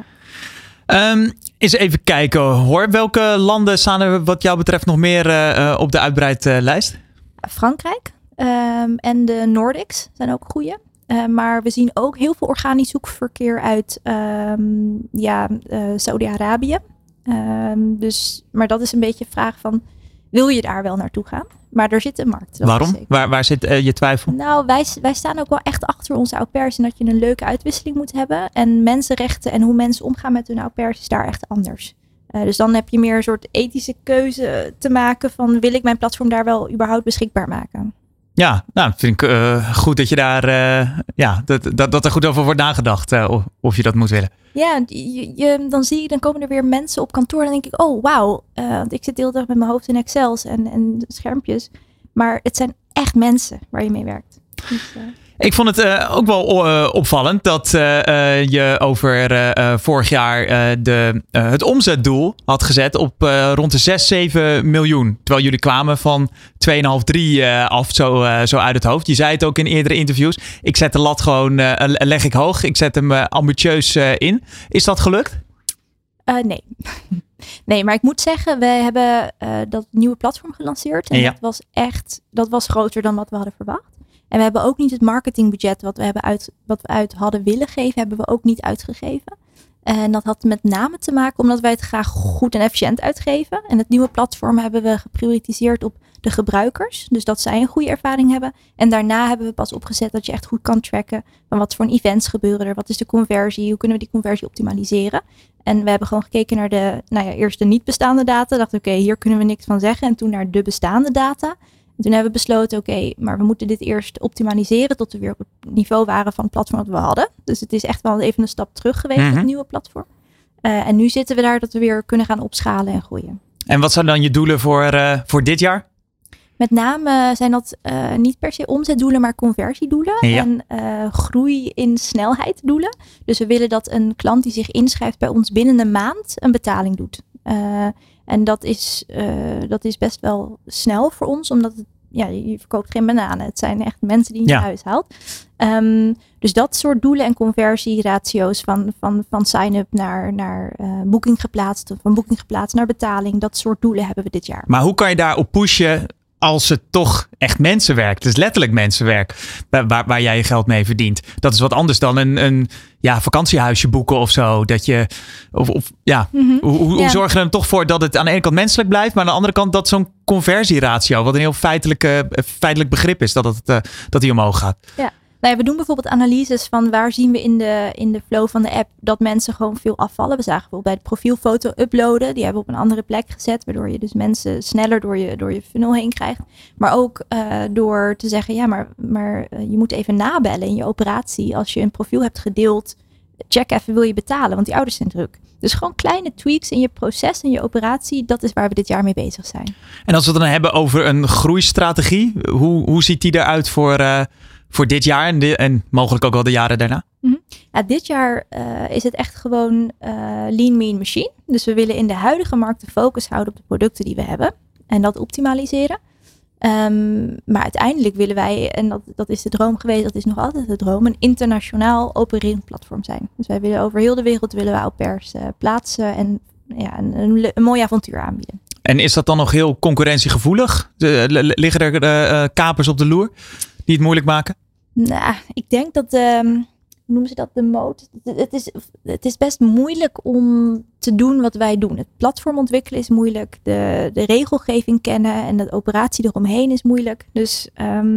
Eens even kijken hoor. Welke landen staan er wat jou betreft nog meer op de uitbreidlijst? Frankrijk. En de Nordics zijn ook goeie. Maar we zien ook heel veel organisch zoekverkeer uit Saudi-Arabië. Maar dat is een beetje een vraag van, wil je daar wel naartoe gaan? Maar er zit een markt. Waarom? Waar zit je twijfel? Nou, wij staan ook wel echt achter onze au pairs en dat je een leuke uitwisseling moet hebben. En mensenrechten en hoe mensen omgaan met hun au pairs is daar echt anders. Dus dan heb je meer een soort ethische keuze te maken van, wil ik mijn platform daar wel überhaupt beschikbaar maken? Ja, nou vind ik goed dat je daar dat er goed over wordt nagedacht of je dat moet willen. Ja, dan komen er weer mensen op kantoor en dan denk ik, oh wauw, want ik zit de hele dag met mijn hoofd in Excels en schermpjes. Maar het zijn echt mensen waar je mee werkt. Dus, Ik vond het ook wel opvallend dat je over vorig jaar het omzetdoel had gezet op rond de 6-7 miljoen. Terwijl jullie kwamen van 2,5-3 af, zo uit het hoofd. Je zei het ook in eerdere interviews. Ik zet de lat gewoon, leg ik hoog. Ik zet hem ambitieus in. Is dat gelukt? Nee. Nee, maar ik moet zeggen, we hebben dat nieuwe platform gelanceerd. En dat was groter dan wat we hadden verwacht. En we hebben ook niet het marketingbudget wat we uit hadden willen geven, hebben we ook niet uitgegeven. En dat had met name te maken omdat wij het graag goed en efficiënt uitgeven. En het nieuwe platform hebben we geprioritiseerd op de gebruikers. Dus dat zij een goede ervaring hebben. En daarna hebben we pas opgezet dat je echt goed kan tracken van wat voor events gebeuren er. Wat is de conversie? Hoe kunnen we die conversie optimaliseren? En we hebben gewoon gekeken naar eerst de niet bestaande data. Dachten oké, hier kunnen we niks van zeggen. En toen naar de bestaande data. En toen hebben we besloten, oké, maar we moeten dit eerst optimaliseren tot we weer op het niveau waren van het platform dat we hadden. Dus het is echt wel even een stap terug geweest op het nieuwe platform. En nu zitten we daar dat we weer kunnen gaan opschalen en groeien. En wat zijn dan je doelen voor dit jaar? Met name zijn dat niet per se omzetdoelen, maar conversiedoelen. Ja. En groei in snelheid doelen. Dus we willen dat een klant die zich inschrijft bij ons binnen een maand een betaling doet. En dat is best wel snel voor ons, omdat je verkoopt geen bananen. Het zijn echt mensen die je naar huis haalt. Dus dat soort doelen en conversieratio's van sign-up naar boeking geplaatst, of van boeking geplaatst naar betaling. Dat soort doelen hebben we dit jaar. Maar hoe kan je daarop pushen als het toch echt mensenwerk, dus letterlijk mensenwerk, waar jij je geld mee verdient? Dat is wat anders dan een vakantiehuisje boeken of zo. Dat je, hoe zorg je er dan toch voor dat het aan de ene kant menselijk blijft, maar aan de andere kant dat zo'n conversieratio, wat een heel feitelijk begrip is, dat die omhoog gaat? Ja. Nou ja, we doen bijvoorbeeld analyses van waar zien we in de flow van de app dat mensen gewoon veel afvallen. We zagen bijvoorbeeld bij de profielfoto uploaden. Die hebben we op een andere plek gezet. Waardoor je dus mensen sneller door je funnel heen krijgt. Maar ook door te zeggen, maar je moet even nabellen in je operatie. Als je een profiel hebt gedeeld, check even, wil je betalen? Want die ouders zijn druk. Dus gewoon kleine tweaks in je proces en je operatie. Dat is waar we dit jaar mee bezig zijn. En als we het dan hebben over een groeistrategie. Hoe ziet die eruit voor dit jaar en mogelijk ook wel de jaren daarna? Mm-hmm. Ja, dit jaar is het echt gewoon lean, mean machine. Dus we willen in de huidige markt de focus houden op de producten die we hebben. En dat optimaliseren. Maar uiteindelijk willen wij, en dat is de droom geweest, dat is nog altijd de droom, een internationaal opererend platform zijn. Dus wij willen over heel de wereld au pairs plaatsen en een mooi avontuur aanbieden. En is dat dan nog heel concurrentiegevoelig? Liggen er kapers op de loer die het moeilijk maken? Nou, ik denk dat, hoe noemen ze dat, de moot. Het is best moeilijk om te doen wat wij doen. Het platform ontwikkelen is moeilijk. De regelgeving kennen en de operatie eromheen is moeilijk. Dus,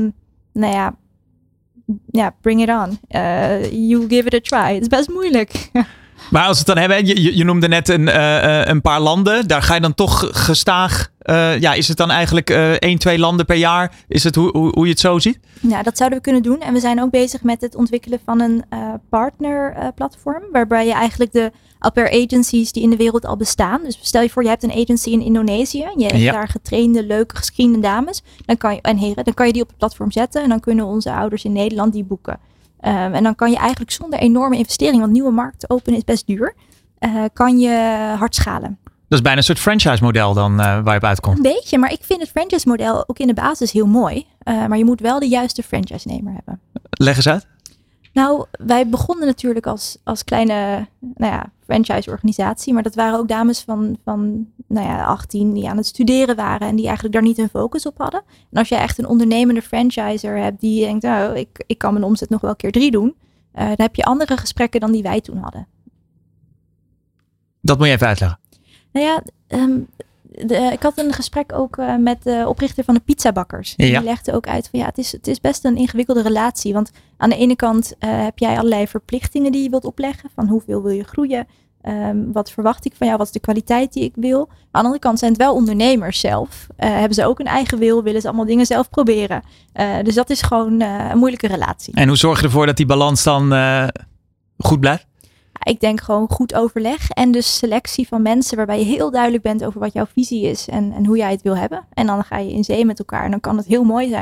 bring it on. You give it a try. Het is best moeilijk. Maar als we het dan hebben, je noemde net een paar landen. Daar ga je dan toch gestaag. Is het dan eigenlijk 1-2 landen per jaar? Is het hoe je het zo ziet? Ja, dat zouden we kunnen doen. En we zijn ook bezig met het ontwikkelen van een partnerplatform. Waarbij je eigenlijk de au pair agencies die in de wereld al bestaan. Dus stel je voor, je hebt een agency in Indonesië. Je hebt daar getrainde, leuke, gescreende dames. En heren, dan kan je die op het platform zetten. En dan kunnen onze ouders in Nederland die boeken. En dan kan je eigenlijk zonder enorme investering, want nieuwe markten openen is best duur, kan je hard schalen. Dat is bijna een soort franchise model dan waar je op uitkomt. Een beetje, maar ik vind het franchise model ook in de basis heel mooi. Maar je moet wel de juiste franchise-nemer hebben. Leg eens uit. Nou, wij begonnen natuurlijk als kleine franchise-organisatie. Maar dat waren ook dames van 18 die aan het studeren waren. En die eigenlijk daar niet hun focus op hadden. En als jij echt een ondernemende franchiser hebt die denkt, ik kan mijn omzet nog wel keer 3 doen. Dan heb je andere gesprekken dan die wij toen hadden. Dat moet je even uitleggen. Nou ja, ik had een gesprek ook met de oprichter van de pizzabakkers. Die legde ook uit van het is best een ingewikkelde relatie. Want aan de ene kant heb jij allerlei verplichtingen die je wilt opleggen. Van hoeveel wil je groeien? Wat verwacht ik van jou? Wat is de kwaliteit die ik wil? Aan de andere kant zijn het wel ondernemers zelf. Hebben ze ook een eigen wil? Willen ze allemaal dingen zelf proberen? Dus dat is gewoon een moeilijke relatie. En hoe zorg je ervoor dat die balans dan goed blijft? Ik denk gewoon goed overleg en dus selectie van mensen waarbij je heel duidelijk bent over wat jouw visie is en hoe jij het wil hebben. En dan ga je in zee met elkaar en dan kan het heel mooi zijn.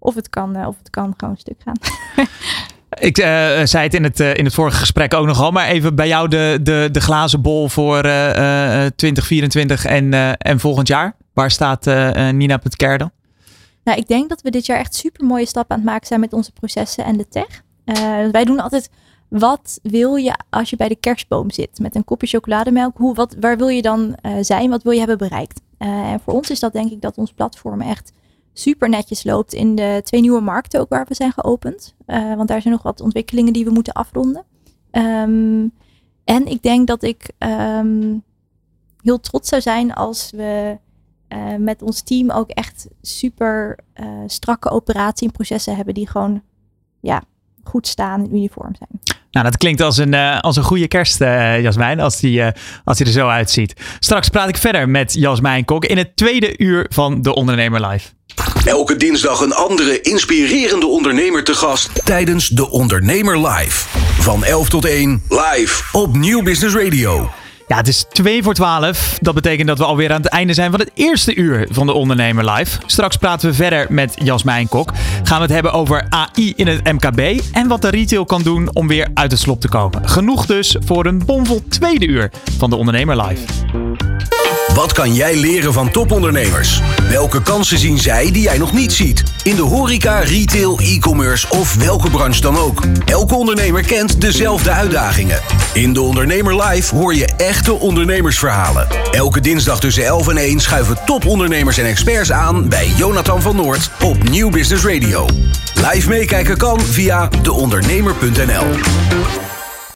of het kan gewoon stuk gaan. Ik zei het in het vorige gesprek ook nogal, maar even bij jou de glazen bol voor 2024 en volgend jaar. Waar staat Nina Petkerda? Nou, ik denk dat we dit jaar echt super mooie stappen aan het maken zijn met onze processen en de tech. Wij doen altijd, wat wil je als je bij de kerstboom zit met een kopje chocolademelk? Waar wil je dan zijn? Wat wil je hebben bereikt? En voor ons is dat denk ik dat ons platform echt super netjes loopt in de 2 nieuwe markten ook waar we zijn geopend. Want daar zijn nog wat ontwikkelingen die we moeten afronden. En ik denk dat ik heel trots zou zijn als we met ons team ook echt super strakke operatie en processen hebben die gewoon goed staan in uniform zijn. Nou, dat klinkt als een goede kerst, Jasmijn, als die er zo uitziet. Straks praat ik verder met Jasmijn Kok in het tweede uur van De Ondernemer Live. Elke dinsdag een andere inspirerende ondernemer te gast tijdens De Ondernemer Live. Van 11 tot 1 live op Nieuw Business Radio. Ja, het is 2:12. Dat betekent dat we alweer aan het einde zijn van het eerste uur van De Ondernemer Live. Straks praten we verder met Jasmijn Kok. Gaan we het hebben over AI in het MKB en wat de retail kan doen om weer uit het slop te komen. Genoeg dus voor een bomvol tweede uur van De Ondernemer Live. Wat kan jij leren van topondernemers? Welke kansen zien zij die jij nog niet ziet? In de horeca, retail, e-commerce of welke branche dan ook. Elke ondernemer kent dezelfde uitdagingen. In De Ondernemer Live hoor je echte ondernemersverhalen. Elke dinsdag tussen 11 en 1 schuiven topondernemers en experts aan bij Jonathan van Noord op Nieuw Business Radio. Live meekijken kan via deondernemer.nl.